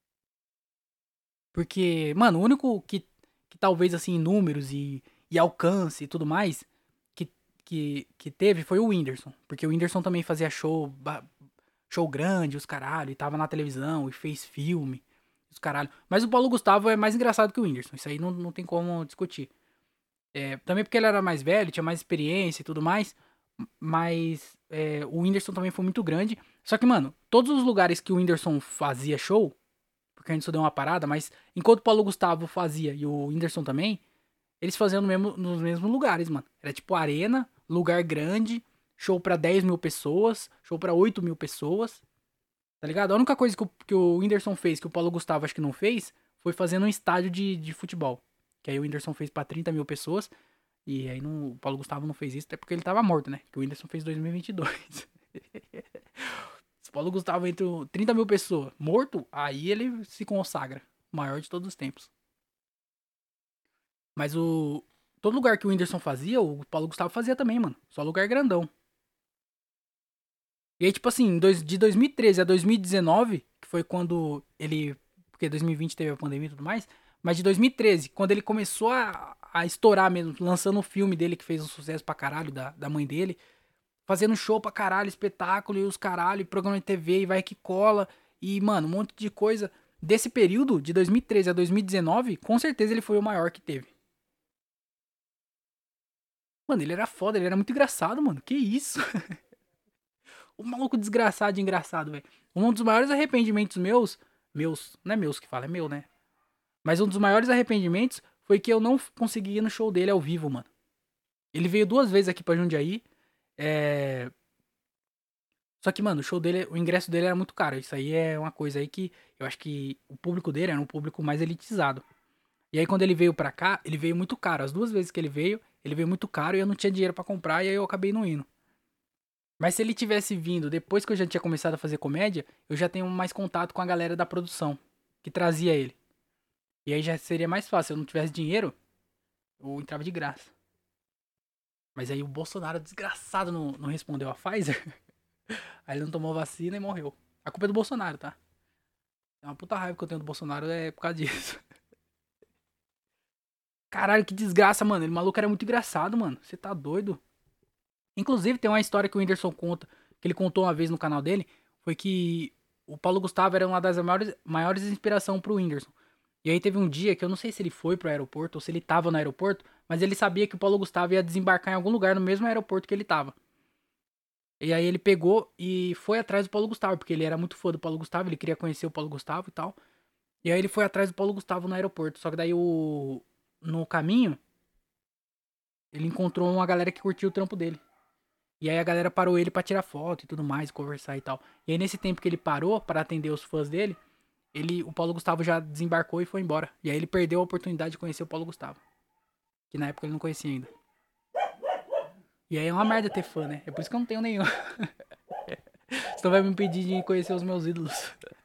Porque, mano, o único que, que talvez, assim, em números e, e alcance e tudo mais, que, que, que teve foi o Whindersson. Porque o Whindersson também fazia show, ba- show grande, os caralho, e tava na televisão e fez filme, os caralho. Mas o Paulo Gustavo é mais engraçado que o Whindersson. Isso aí não, não tem como discutir. É, também porque ele era mais velho, tinha mais experiência e tudo mais. Mas é, o Whindersson também foi muito grande. Só que, mano, todos os lugares que o Whindersson fazia show, porque a gente só deu uma parada, mas enquanto o Paulo Gustavo fazia e o Whindersson também, eles faziam no mesmo, nos mesmos lugares, mano. Era tipo arena, lugar grande, show pra dez mil pessoas, show pra oito mil pessoas, tá ligado? A única coisa que o, que o Whindersson fez, que o Paulo Gustavo acho que não fez, foi fazer num estádio de, de futebol. Que aí o Whindersson fez pra trinta mil pessoas, e aí não, o Paulo Gustavo não fez isso, até porque ele tava morto, né? Que o Whindersson fez em dois mil e vinte e dois. Se o Paulo Gustavo entre o trinta mil pessoas morto, aí ele se consagra. O maior de todos os tempos. Mas o. Todo lugar que o Whindersson fazia, o Paulo Gustavo fazia também, mano. Só lugar grandão. E aí, tipo assim, dois- de dois mil e treze a dois mil e dezenove, que foi quando ele. Porque dois mil e vinte teve a pandemia e tudo mais. Mas de dois mil e treze, quando ele começou a, a estourar mesmo, lançando o filme dele que fez um sucesso pra caralho da, da mãe dele, fazendo show pra caralho, espetáculo e os caralho, e programa de T V e vai que cola. E, mano, um monte de coisa. Desse período, de dois mil e treze a dois mil e dezenove, com certeza ele foi o maior que teve. Mano, ele era foda, ele era muito engraçado, mano. Que isso? O maluco desgraçado de engraçado, velho. Um dos maiores arrependimentos meus meus, não é meus que fala, é meu, né? Mas um dos maiores arrependimentos foi que eu não f- consegui ir no show dele ao vivo, mano. Ele veio duas vezes aqui pra Jundiaí. É... Só que, mano, o show dele, o ingresso dele era muito caro. Isso aí é uma coisa aí que eu acho que o público dele era um público mais elitizado. E aí quando ele veio pra cá, ele veio muito caro. As duas vezes que ele veio, ele veio muito caro e eu não tinha dinheiro pra comprar e aí eu acabei não indo. Mas se ele tivesse vindo depois que eu já tinha começado a fazer comédia, eu já tenho mais contato com a galera da produção que trazia ele. E aí já seria mais fácil. Se eu não tivesse dinheiro, eu entrava de graça. Mas aí o Bolsonaro, desgraçado, não, não respondeu a Pfizer. Aí ele não tomou vacina e morreu. A culpa é do Bolsonaro, tá? É uma puta raiva que eu tenho do Bolsonaro é por causa disso. Caralho, que desgraça, mano. Ele maluco era muito engraçado, mano. Você tá doido? Inclusive, tem uma história que o Whindersson conta, que ele contou uma vez no canal dele, foi que o Paulo Gustavo era uma das maiores, maiores inspirações pro Whindersson. E aí teve um dia que eu não sei se ele foi pro aeroporto ou se ele tava no aeroporto, mas ele sabia que o Paulo Gustavo ia desembarcar em algum lugar no mesmo aeroporto que ele tava. E aí ele pegou e foi atrás do Paulo Gustavo, porque ele era muito fã do Paulo Gustavo, ele queria conhecer o Paulo Gustavo e tal. E aí ele foi atrás do Paulo Gustavo no aeroporto. Só que daí o no caminho ele encontrou uma galera que curtiu o trampo dele. E aí a galera parou ele pra tirar foto e tudo mais, conversar e tal. E aí nesse tempo que ele parou pra atender os fãs dele, ele, o Paulo Gustavo já desembarcou e foi embora. E aí ele perdeu a oportunidade de conhecer o Paulo Gustavo. Que na época ele não conhecia ainda. E aí é uma merda ter fã, né? É por isso que eu não tenho nenhum. Senão vai me impedir de conhecer os meus ídolos.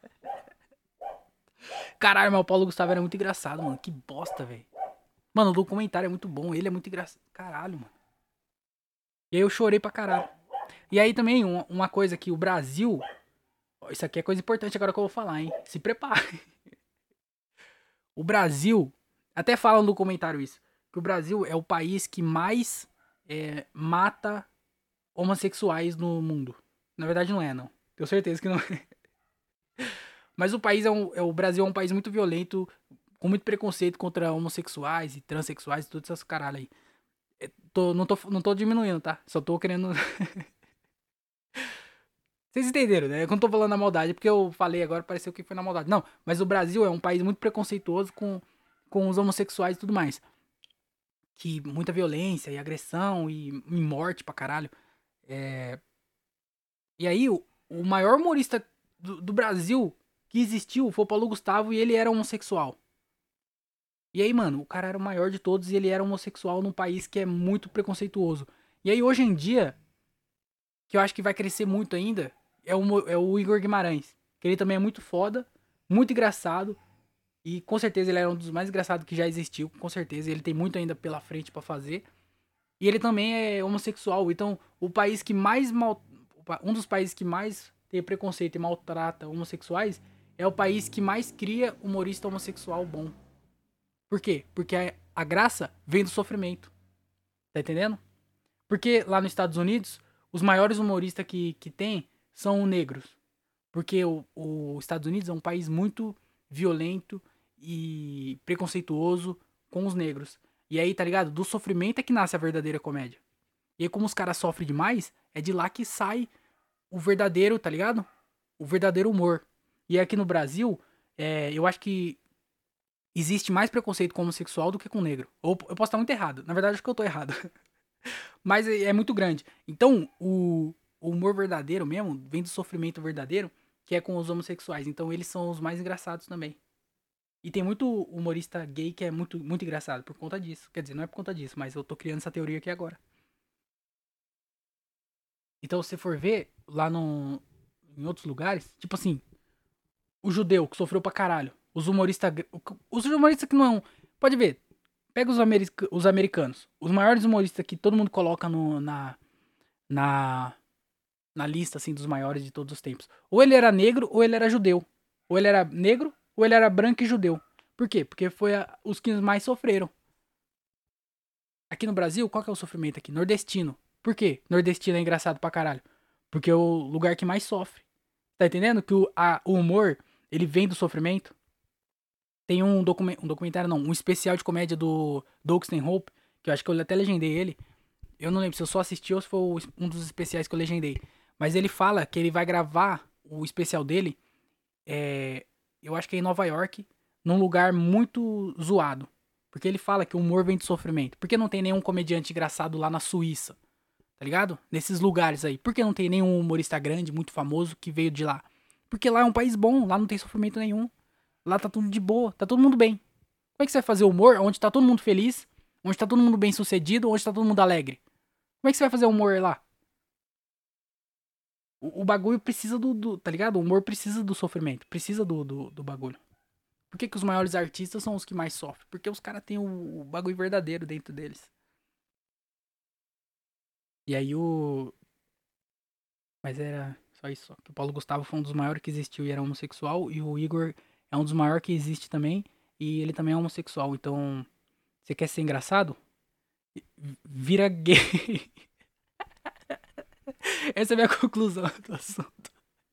Caralho, mas o Paulo Gustavo era muito engraçado, mano. Que bosta, velho. Mano, o documentário é muito bom. Ele é muito engraçado. Caralho, mano. E aí eu chorei pra caralho. E aí também, uma, uma coisa que o Brasil... Isso aqui é coisa importante agora que eu vou falar, hein? Se prepare. O Brasil... Até falam no comentário isso. Que o Brasil é o país que mais é, mata homossexuais no mundo. Na verdade não é, não. Tenho certeza que não é. Mas o país é, um, é o Brasil é um país muito violento, com muito preconceito contra homossexuais e transexuais e todas essas caralho aí. É, tô, não, tô, não tô diminuindo, tá? Só tô querendo... Vocês entenderam, né? Eu não tô falando na maldade, porque eu falei agora, pareceu que foi na maldade. Não, mas o Brasil é um país muito preconceituoso com, com os homossexuais e tudo mais. Que muita violência e agressão e, e morte pra caralho. É... E aí, o, o maior humorista do, do Brasil que existiu foi o Paulo Gustavo e ele era homossexual. E aí, mano, o cara era o maior de todos e ele era homossexual num país que é muito preconceituoso. E aí, hoje em dia, que eu acho que vai crescer muito ainda, é o, Mo- é o Igor Guimarães. Que ele também é muito foda, muito engraçado. E com certeza ele era um dos mais engraçados que já existiu. Com certeza, ele tem muito ainda pela frente pra fazer. E ele também é homossexual. Então, o país que mais mal. Um dos países que mais tem preconceito e maltrata homossexuais é o país que mais cria humorista homossexual bom. Por quê? Porque a, a graça vem do sofrimento. Tá entendendo? Porque lá nos Estados Unidos, os maiores humoristas que, que tem são negros. Porque o, o Estados Unidos é um país muito violento e preconceituoso com os negros. E aí, tá ligado? Do sofrimento é que nasce a verdadeira comédia. E aí, como os caras sofrem demais, é de lá que sai o verdadeiro, tá ligado? O verdadeiro humor. E aqui no Brasil, é, eu acho que existe mais preconceito com homossexual do que com negro. Ou eu posso estar muito errado. Na verdade, acho que eu tô errado. Mas é, é muito grande. Então, o, o humor verdadeiro mesmo vem do sofrimento verdadeiro, que é com os homossexuais. Então, eles são os mais engraçados também. E tem muito humorista gay que é muito, muito engraçado por conta disso. Quer dizer, não é por conta disso, mas eu tô criando essa teoria aqui agora. Então, se você for ver lá no, em outros lugares, tipo assim, o judeu que sofreu pra caralho, os humoristas. Os humoristas que não. Pode ver, pega os, americ, os americanos. Os maiores humoristas que todo mundo coloca no, na, na, na lista assim, dos maiores de todos os tempos. Ou ele era negro ou ele era judeu. Ou ele era negro ou ele era branco e judeu. Por quê? Porque foi a, os que mais sofreram. Aqui no Brasil, qual que é o sofrimento aqui? Nordestino. Por quê? Nordestino é engraçado pra caralho. Porque é o lugar que mais sofre. Tá entendendo? Que o, a, o humor, ele vem do sofrimento. Tem um, document, um documentário, não, um especial de comédia do Doug Stanhope, que eu acho que eu até legendei ele. Eu não lembro se eu só assisti ou se foi um dos especiais que eu legendei. Mas ele fala que ele vai gravar o especial dele é, eu acho que é em Nova York, num lugar muito zoado. Porque ele fala que o humor vem de sofrimento. Por que não tem nenhum comediante engraçado lá na Suíça? Tá ligado? Nesses lugares aí. Por que não tem nenhum humorista grande, muito famoso, que veio de lá? Porque lá é um país bom, lá não tem sofrimento nenhum. Lá tá tudo de boa, tá todo mundo bem. Como é que você vai fazer humor onde tá todo mundo feliz, onde tá todo mundo bem sucedido, onde tá todo mundo alegre? Como é que você vai fazer humor lá? O, o bagulho precisa do, do. Tá ligado? O humor precisa do sofrimento, precisa do, do, do bagulho. Por que, que os maiores artistas são os que mais sofrem? Porque os caras têm o, o bagulho verdadeiro dentro deles. E aí o. Mas era só isso. Só. Que o Paulo Gustavo foi um dos maiores que existiu e era homossexual. E o Igor é um dos maiores que existe também. E ele também é homossexual. Então, você quer ser engraçado? Vira gay. Essa é a minha conclusão do assunto.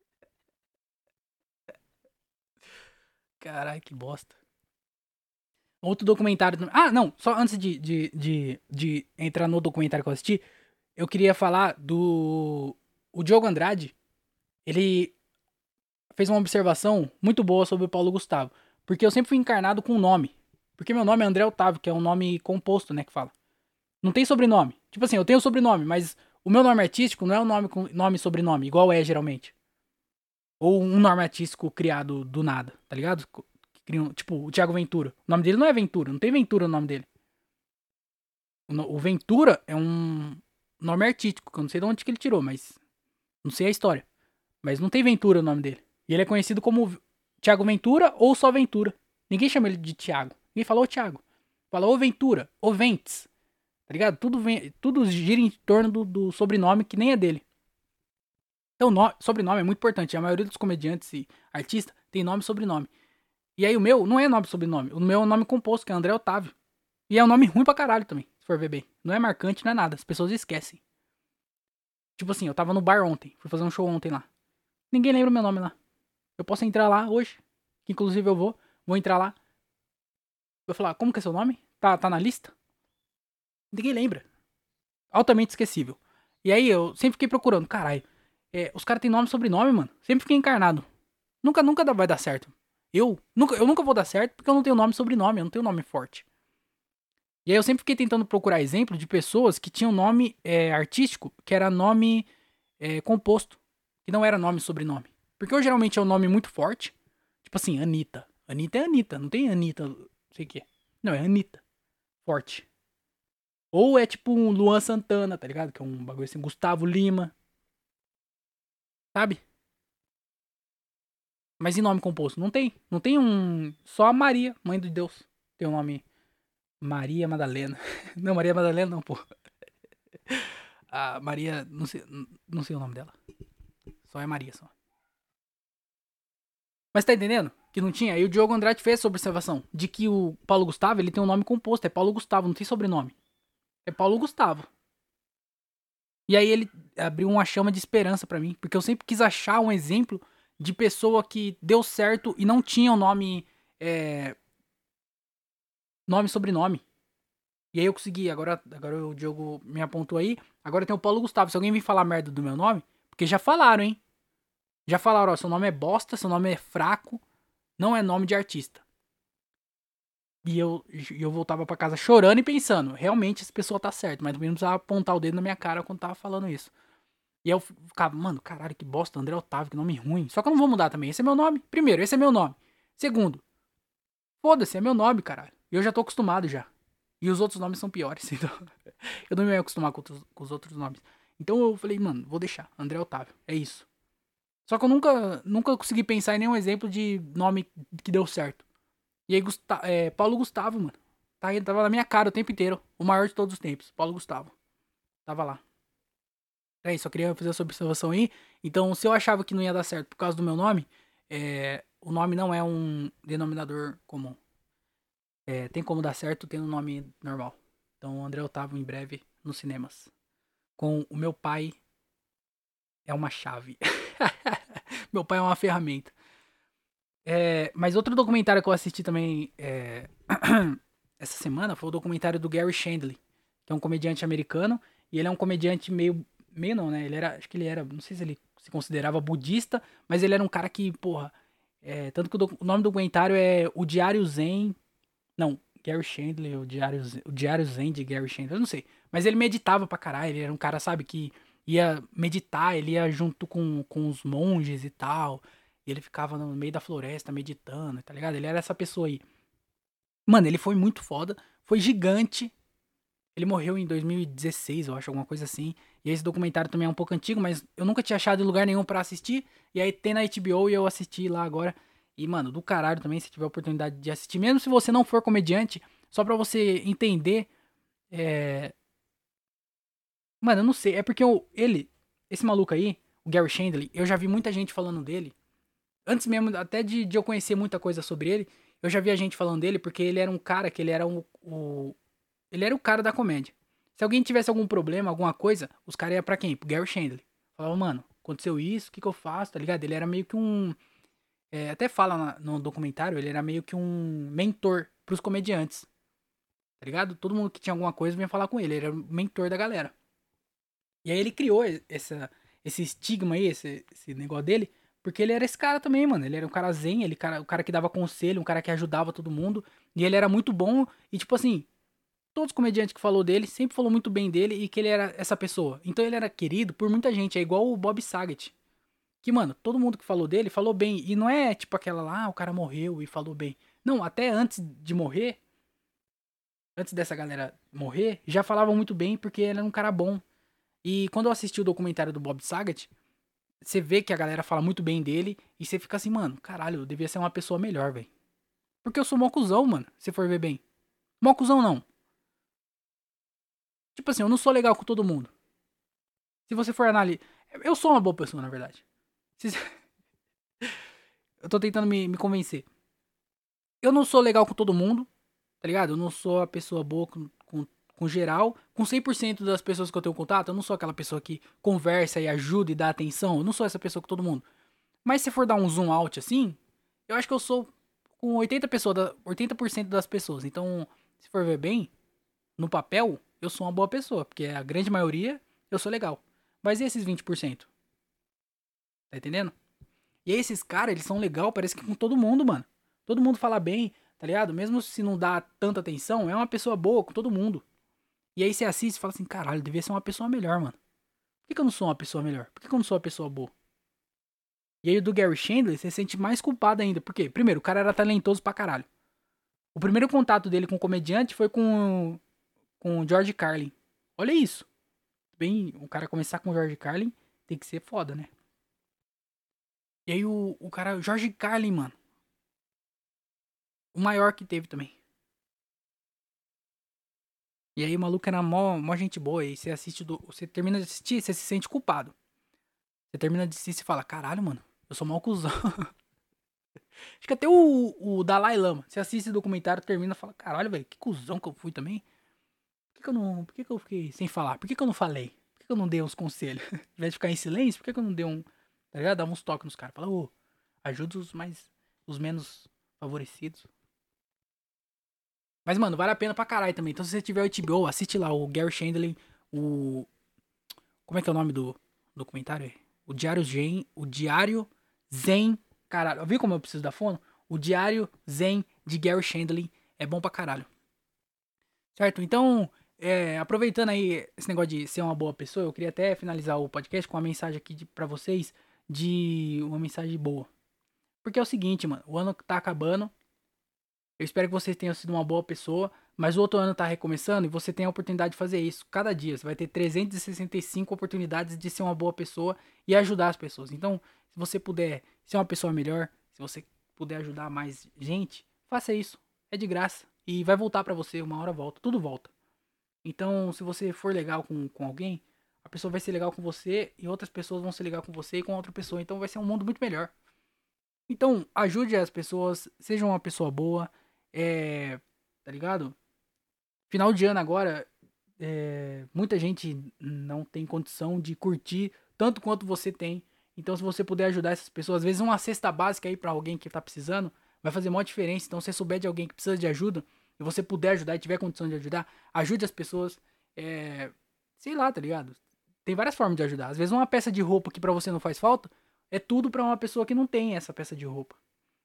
Caralho, que bosta. Outro documentário. Ah, não. Só antes de, de, de, de entrar no documentário que eu assisti, eu queria falar do. O Diogo Andrade. Ele fez uma observação muito boa sobre o Paulo Gustavo. Porque eu sempre fui encarnado com um nome. Porque meu nome é André Otávio, que é um nome composto, né? Que fala. Não tem sobrenome. Tipo assim, eu tenho sobrenome, mas o meu nome artístico não é um nome com nome e sobrenome, igual é geralmente. Ou um nome artístico criado do nada, tá ligado? Tipo, o Thiago Ventura. O nome dele não é Ventura, não tem Ventura no nome dele. O Ventura é um nome artístico, que eu não sei de onde que ele tirou, mas não sei a história. Mas não tem Ventura no nome dele. E ele é conhecido como Thiago Ventura ou só Ventura. Ninguém chama ele de Thiago. Ninguém falou Thiago. Fala ou Ventura, ou Ventes. Tá ligado? Tudo, vem, tudo gira em torno do, do sobrenome que nem é dele. Então, no, sobrenome é muito importante. A maioria dos comediantes e artistas tem nome e sobrenome. E aí o meu não é nome e sobrenome. O meu é um nome composto, que é André Otávio. E é um nome ruim pra caralho também, se for ver bem. Não é marcante, não é nada. As pessoas esquecem. Tipo assim, eu tava no bar ontem. Fui fazer um show ontem lá. Ninguém lembra o meu nome lá. Eu posso entrar lá hoje. Que inclusive eu vou. Vou entrar lá. Vou falar, como que é seu nome? Tá, tá na lista? Ninguém lembra. Altamente esquecível. E aí eu sempre fiquei procurando. Caralho. É, os caras têm nome e sobrenome, mano. Sempre fiquei encarnado. Nunca, nunca vai dar certo. Eu nunca, eu nunca vou dar certo porque eu não tenho nome e sobrenome. Eu não tenho nome forte. E aí eu sempre fiquei tentando procurar exemplo de pessoas que tinham nome é, artístico, que era nome é, composto. Que não era nome e sobrenome. Porque eu geralmente é um nome muito forte. Tipo assim, Anitta. Anitta é Anitta. Não tem Anitta, não sei o que. Não, é Anitta. Forte. Ou é tipo um Luan Santana, tá ligado? Que é um bagulho assim, Gustavo Lima. Sabe? Mas em nome composto? Não tem. Não tem um... Só a Maria, mãe de Deus. Tem o um nome... Maria Madalena. Não, Maria Madalena não, pô. A Maria... Não sei, não sei o nome dela. Só é Maria, só. Mas tá entendendo? Que não tinha. Aí o Diogo Andrade fez essa observação. De que o Paulo Gustavo, ele tem um nome composto. É Paulo Gustavo, não tem sobrenome. É Paulo Gustavo. E aí ele abriu uma chama de esperança pra mim. Porque eu sempre quis achar um exemplo de pessoa que deu certo e não tinha o nome... É... Nome e sobrenome. E aí eu consegui. Agora, agora o Diogo me apontou aí. Agora tem o Paulo Gustavo. Se alguém vir falar merda do meu nome... Porque já falaram, hein? Já falaram, ó. Seu nome é bosta, seu nome é fraco. Não é nome de artista. E eu, eu voltava pra casa chorando e pensando, realmente essa pessoa tá certa, mas também não precisava apontar o dedo na minha cara quando tava falando isso. E eu ficava, mano, caralho, que bosta, André Otávio, que nome ruim. Só que eu não vou mudar também, esse é meu nome. Primeiro, esse é meu nome. Segundo, foda-se, é meu nome, caralho. E eu já tô acostumado já. E os outros nomes são piores, então eu não me ia acostumar com, outros, com os outros nomes. Então eu falei, mano, vou deixar, André Otávio, é isso. Só que eu nunca, nunca consegui pensar em nenhum exemplo de nome que deu certo. E aí, Gusta é, Paulo Gustavo, mano. Tá, ele tava na minha cara o tempo inteiro. O maior de todos os tempos. Paulo Gustavo. Tava lá. É isso, só queria fazer essa observação aí. Então, se eu achava que não ia dar certo por causa do meu nome, é, o nome não é um denominador comum. É, tem como dar certo tendo um nome normal. Então, André Otávio em breve nos cinemas. Com o meu pai é uma chave. Meu pai é uma ferramenta. É, mas outro documentário que eu assisti também é, essa semana foi o documentário do Gary Shandling, que é um comediante americano, e ele é um comediante meio, meio não, né, ele era, acho que ele era, não sei se ele se considerava budista, mas ele era um cara que, porra, É, tanto que o, doc- o nome do documentário é O Diário Zen. Não, Gary Chandler, o Diário, Zen- o Diário Zen de Gary Chandler, eu não sei. Mas ele meditava pra caralho, ele era um cara, sabe, que ia meditar, ele ia junto com, com os monges e tal. E ele ficava no meio da floresta meditando, tá ligado? Ele era essa pessoa aí. Mano, ele foi muito foda, foi gigante. Ele morreu em dois mil e dezesseis, eu acho, alguma coisa assim. E esse documentário também é um pouco antigo, mas eu nunca tinha achado em lugar nenhum pra assistir. E aí tem na H B O e eu assisti lá agora. E, mano, do caralho também, se tiver a oportunidade de assistir. Mesmo se você não for comediante, só pra você entender. É... Mano, eu não sei. É porque eu, ele, esse maluco aí, o Gary Chandler, eu já vi muita gente falando dele. Antes mesmo, até de, de eu conhecer muita coisa sobre ele, eu já vi a gente falando dele porque ele era um cara que ele era um, o, ele era o cara da comédia. Se alguém tivesse algum problema, alguma coisa, os caras iam pra quem? Pro Gary Chandler. Falavam, mano, aconteceu isso, o que que eu faço, tá ligado? Ele era meio que um... é, até fala na- no documentário, ele era meio que um mentor pros comediantes, tá ligado? Todo mundo que tinha alguma coisa vinha falar com ele, ele era o mentor da galera. E aí ele criou e- essa, esse estigma aí, esse, esse negócio dele, porque ele era esse cara também, mano. Ele era um cara zen, ele cara, o cara que dava conselho, um cara que ajudava todo mundo. E ele era muito bom, e tipo assim, todos os comediantes que falou dele sempre falou muito bem dele e que ele era essa pessoa. Então ele era querido por muita gente, é igual o Bob Saget. Que, mano, todo mundo que falou dele falou bem. E não é tipo aquela lá, ah, o cara morreu e falou bem. Não, até antes de morrer, antes dessa galera morrer, já falavam muito bem porque ele era um cara bom. E quando eu assisti o documentário do Bob Saget, você vê que a galera fala muito bem dele e você fica assim, mano, caralho, eu devia ser uma pessoa melhor, velho. Porque eu sou mó cuzão, mano, se for ver bem. Mó cuzão não. Tipo assim, eu não sou legal com todo mundo. Se você for analisar. Eu sou uma boa pessoa, na verdade. Se- Eu tô tentando me, me convencer. Eu não sou legal com todo mundo, tá ligado? Eu não sou a pessoa boa com, com, com geral. Com cem por cento das pessoas que eu tenho contato, eu não sou aquela pessoa que conversa e ajuda e dá atenção. Eu não sou essa pessoa com todo mundo. Mas se for dar um zoom out assim, eu acho que eu sou com oitenta, pessoas, da- oitenta por cento das pessoas. Então, se for ver bem, no papel, eu sou uma boa pessoa. Porque a grande maioria, eu sou legal. Mas e esses vinte por cento? Tá entendendo? E aí esses caras, eles são legal, parece que com todo mundo, mano. Todo mundo fala bem, tá ligado? Mesmo se não dá tanta atenção, é uma pessoa boa com todo mundo. E aí você assiste e fala assim, caralho, eu devia ser uma pessoa melhor, mano. Por que, que eu não sou uma pessoa melhor? Por que, que eu não sou uma pessoa boa? E aí o do Gary Chandler, você se sente mais culpado ainda. Por quê? Primeiro, o cara era talentoso pra caralho. O primeiro contato dele com o comediante foi com, com o George Carlin. Olha isso. Bem, o cara começar com o George Carlin tem que ser foda, né? E aí o, o cara, o George Carlin, mano. O maior que teve também. E aí o maluco era mó, mó gente boa. E você assiste, do, você termina de assistir, você se sente culpado. Você termina de assistir e fala, caralho, mano, eu sou mal cuzão. Acho que até o, o Dalai Lama, você assiste o documentário, termina e fala, caralho, velho, que cuzão que eu fui também. Por que, que eu não. Por que, que eu fiquei sem falar? Por que, que eu não falei? Por que, que eu não dei uns conselhos? Ao invés de ficar em silêncio, por que, que eu não dei um. Tá ligado? Dava uns toques nos caras. Fala, ô, ajuda os mais. Os menos favorecidos. Mas, mano, vale a pena pra caralho também. Então, se você tiver o H B O, assiste lá o Gary Chandler, o. Como é que é o nome do documentário? O Diário Zen. O Diário Zen. Caralho, viu como eu preciso da fono? O Diário Zen de Gary Chandler é bom pra caralho. Certo? Então, é, aproveitando aí esse negócio de ser uma boa pessoa, eu queria até finalizar o podcast com uma mensagem aqui de, pra vocês de uma mensagem boa. Porque é o seguinte, mano, o ano tá acabando. Eu espero que vocês tenham sido uma boa pessoa, mas o outro ano tá recomeçando e você tem a oportunidade de fazer isso cada dia. Você vai ter trezentas e sessenta e cinco oportunidades de ser uma boa pessoa e ajudar as pessoas. Então, se você puder ser uma pessoa melhor, se você puder ajudar mais gente, faça isso. É de graça e vai voltar pra você, uma hora volta, tudo volta. Então, se você for legal com, com alguém, a pessoa vai ser legal com você e outras pessoas vão ser legal com você e com outra pessoa. Então, vai ser um mundo muito melhor. Então, ajude as pessoas, seja uma pessoa boa, é, tá ligado? Final de ano agora, é, muita gente não tem condição de curtir tanto quanto você tem. Então, se você puder ajudar essas pessoas, às vezes uma cesta básica aí pra alguém que tá precisando, vai fazer maior diferença. Então, se você souber de alguém que precisa de ajuda e você puder ajudar e tiver condição de ajudar, ajude as pessoas. É, sei lá, tá ligado? Tem várias formas de ajudar. Às vezes uma peça de roupa que pra você não faz falta, é tudo pra uma pessoa que não tem essa peça de roupa.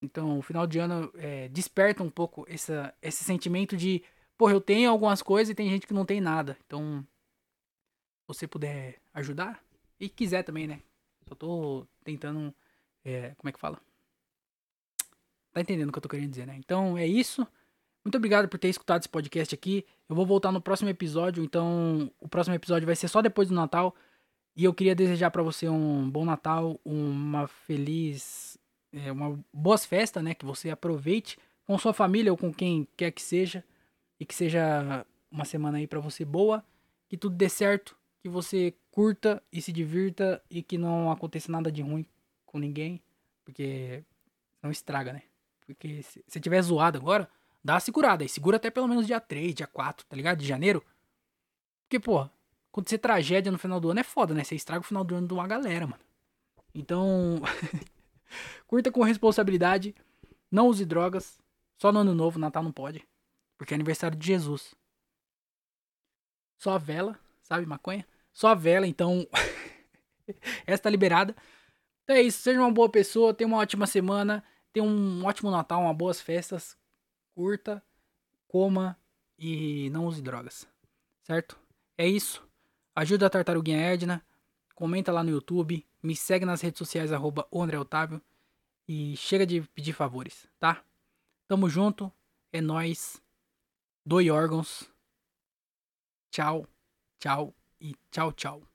Então, o final de ano é, desperta um pouco essa, esse sentimento de, porra, eu tenho algumas coisas e tem gente que não tem nada. Então, se você puder ajudar, e quiser também, né? Só tô tentando, é, como é que fala? Tá entendendo o que eu tô querendo dizer, né? Então, é isso. Muito obrigado por ter escutado esse podcast aqui. Eu vou voltar no próximo episódio, então o próximo episódio vai ser só depois do Natal. E eu queria desejar pra você um bom Natal, uma feliz, é, uma boas festas, né? Que você aproveite com sua família ou com quem quer que seja e que seja uma semana aí pra você boa, que tudo dê certo, que você curta e se divirta e que não aconteça nada de ruim com ninguém, porque não estraga, né? Porque se você tiver zoado agora, dá uma segurada aí, segura até pelo menos dia três, dia quatro, tá ligado? De janeiro. Porque, pô, acontecer tragédia no final do ano é foda, né? Você estraga o final do ano de uma galera, mano. Então, curta com responsabilidade. Não use drogas. Só no ano novo, Natal não pode. Porque é aniversário de Jesus. Só a vela, sabe, maconha? Só a vela, então. Essa tá liberada. Então é isso. Seja uma boa pessoa. Tenha uma ótima semana. Tenha um ótimo Natal, uma boas festas. Curta, coma e não use drogas. Certo? É isso. Ajuda a Tartaruguinha Edna. Comenta lá no YouTube. Me segue nas redes sociais, arroba o André Otávio. E chega de pedir favores, tá? Tamo junto. É nóis. Doe órgãos. Tchau, tchau e tchau, tchau.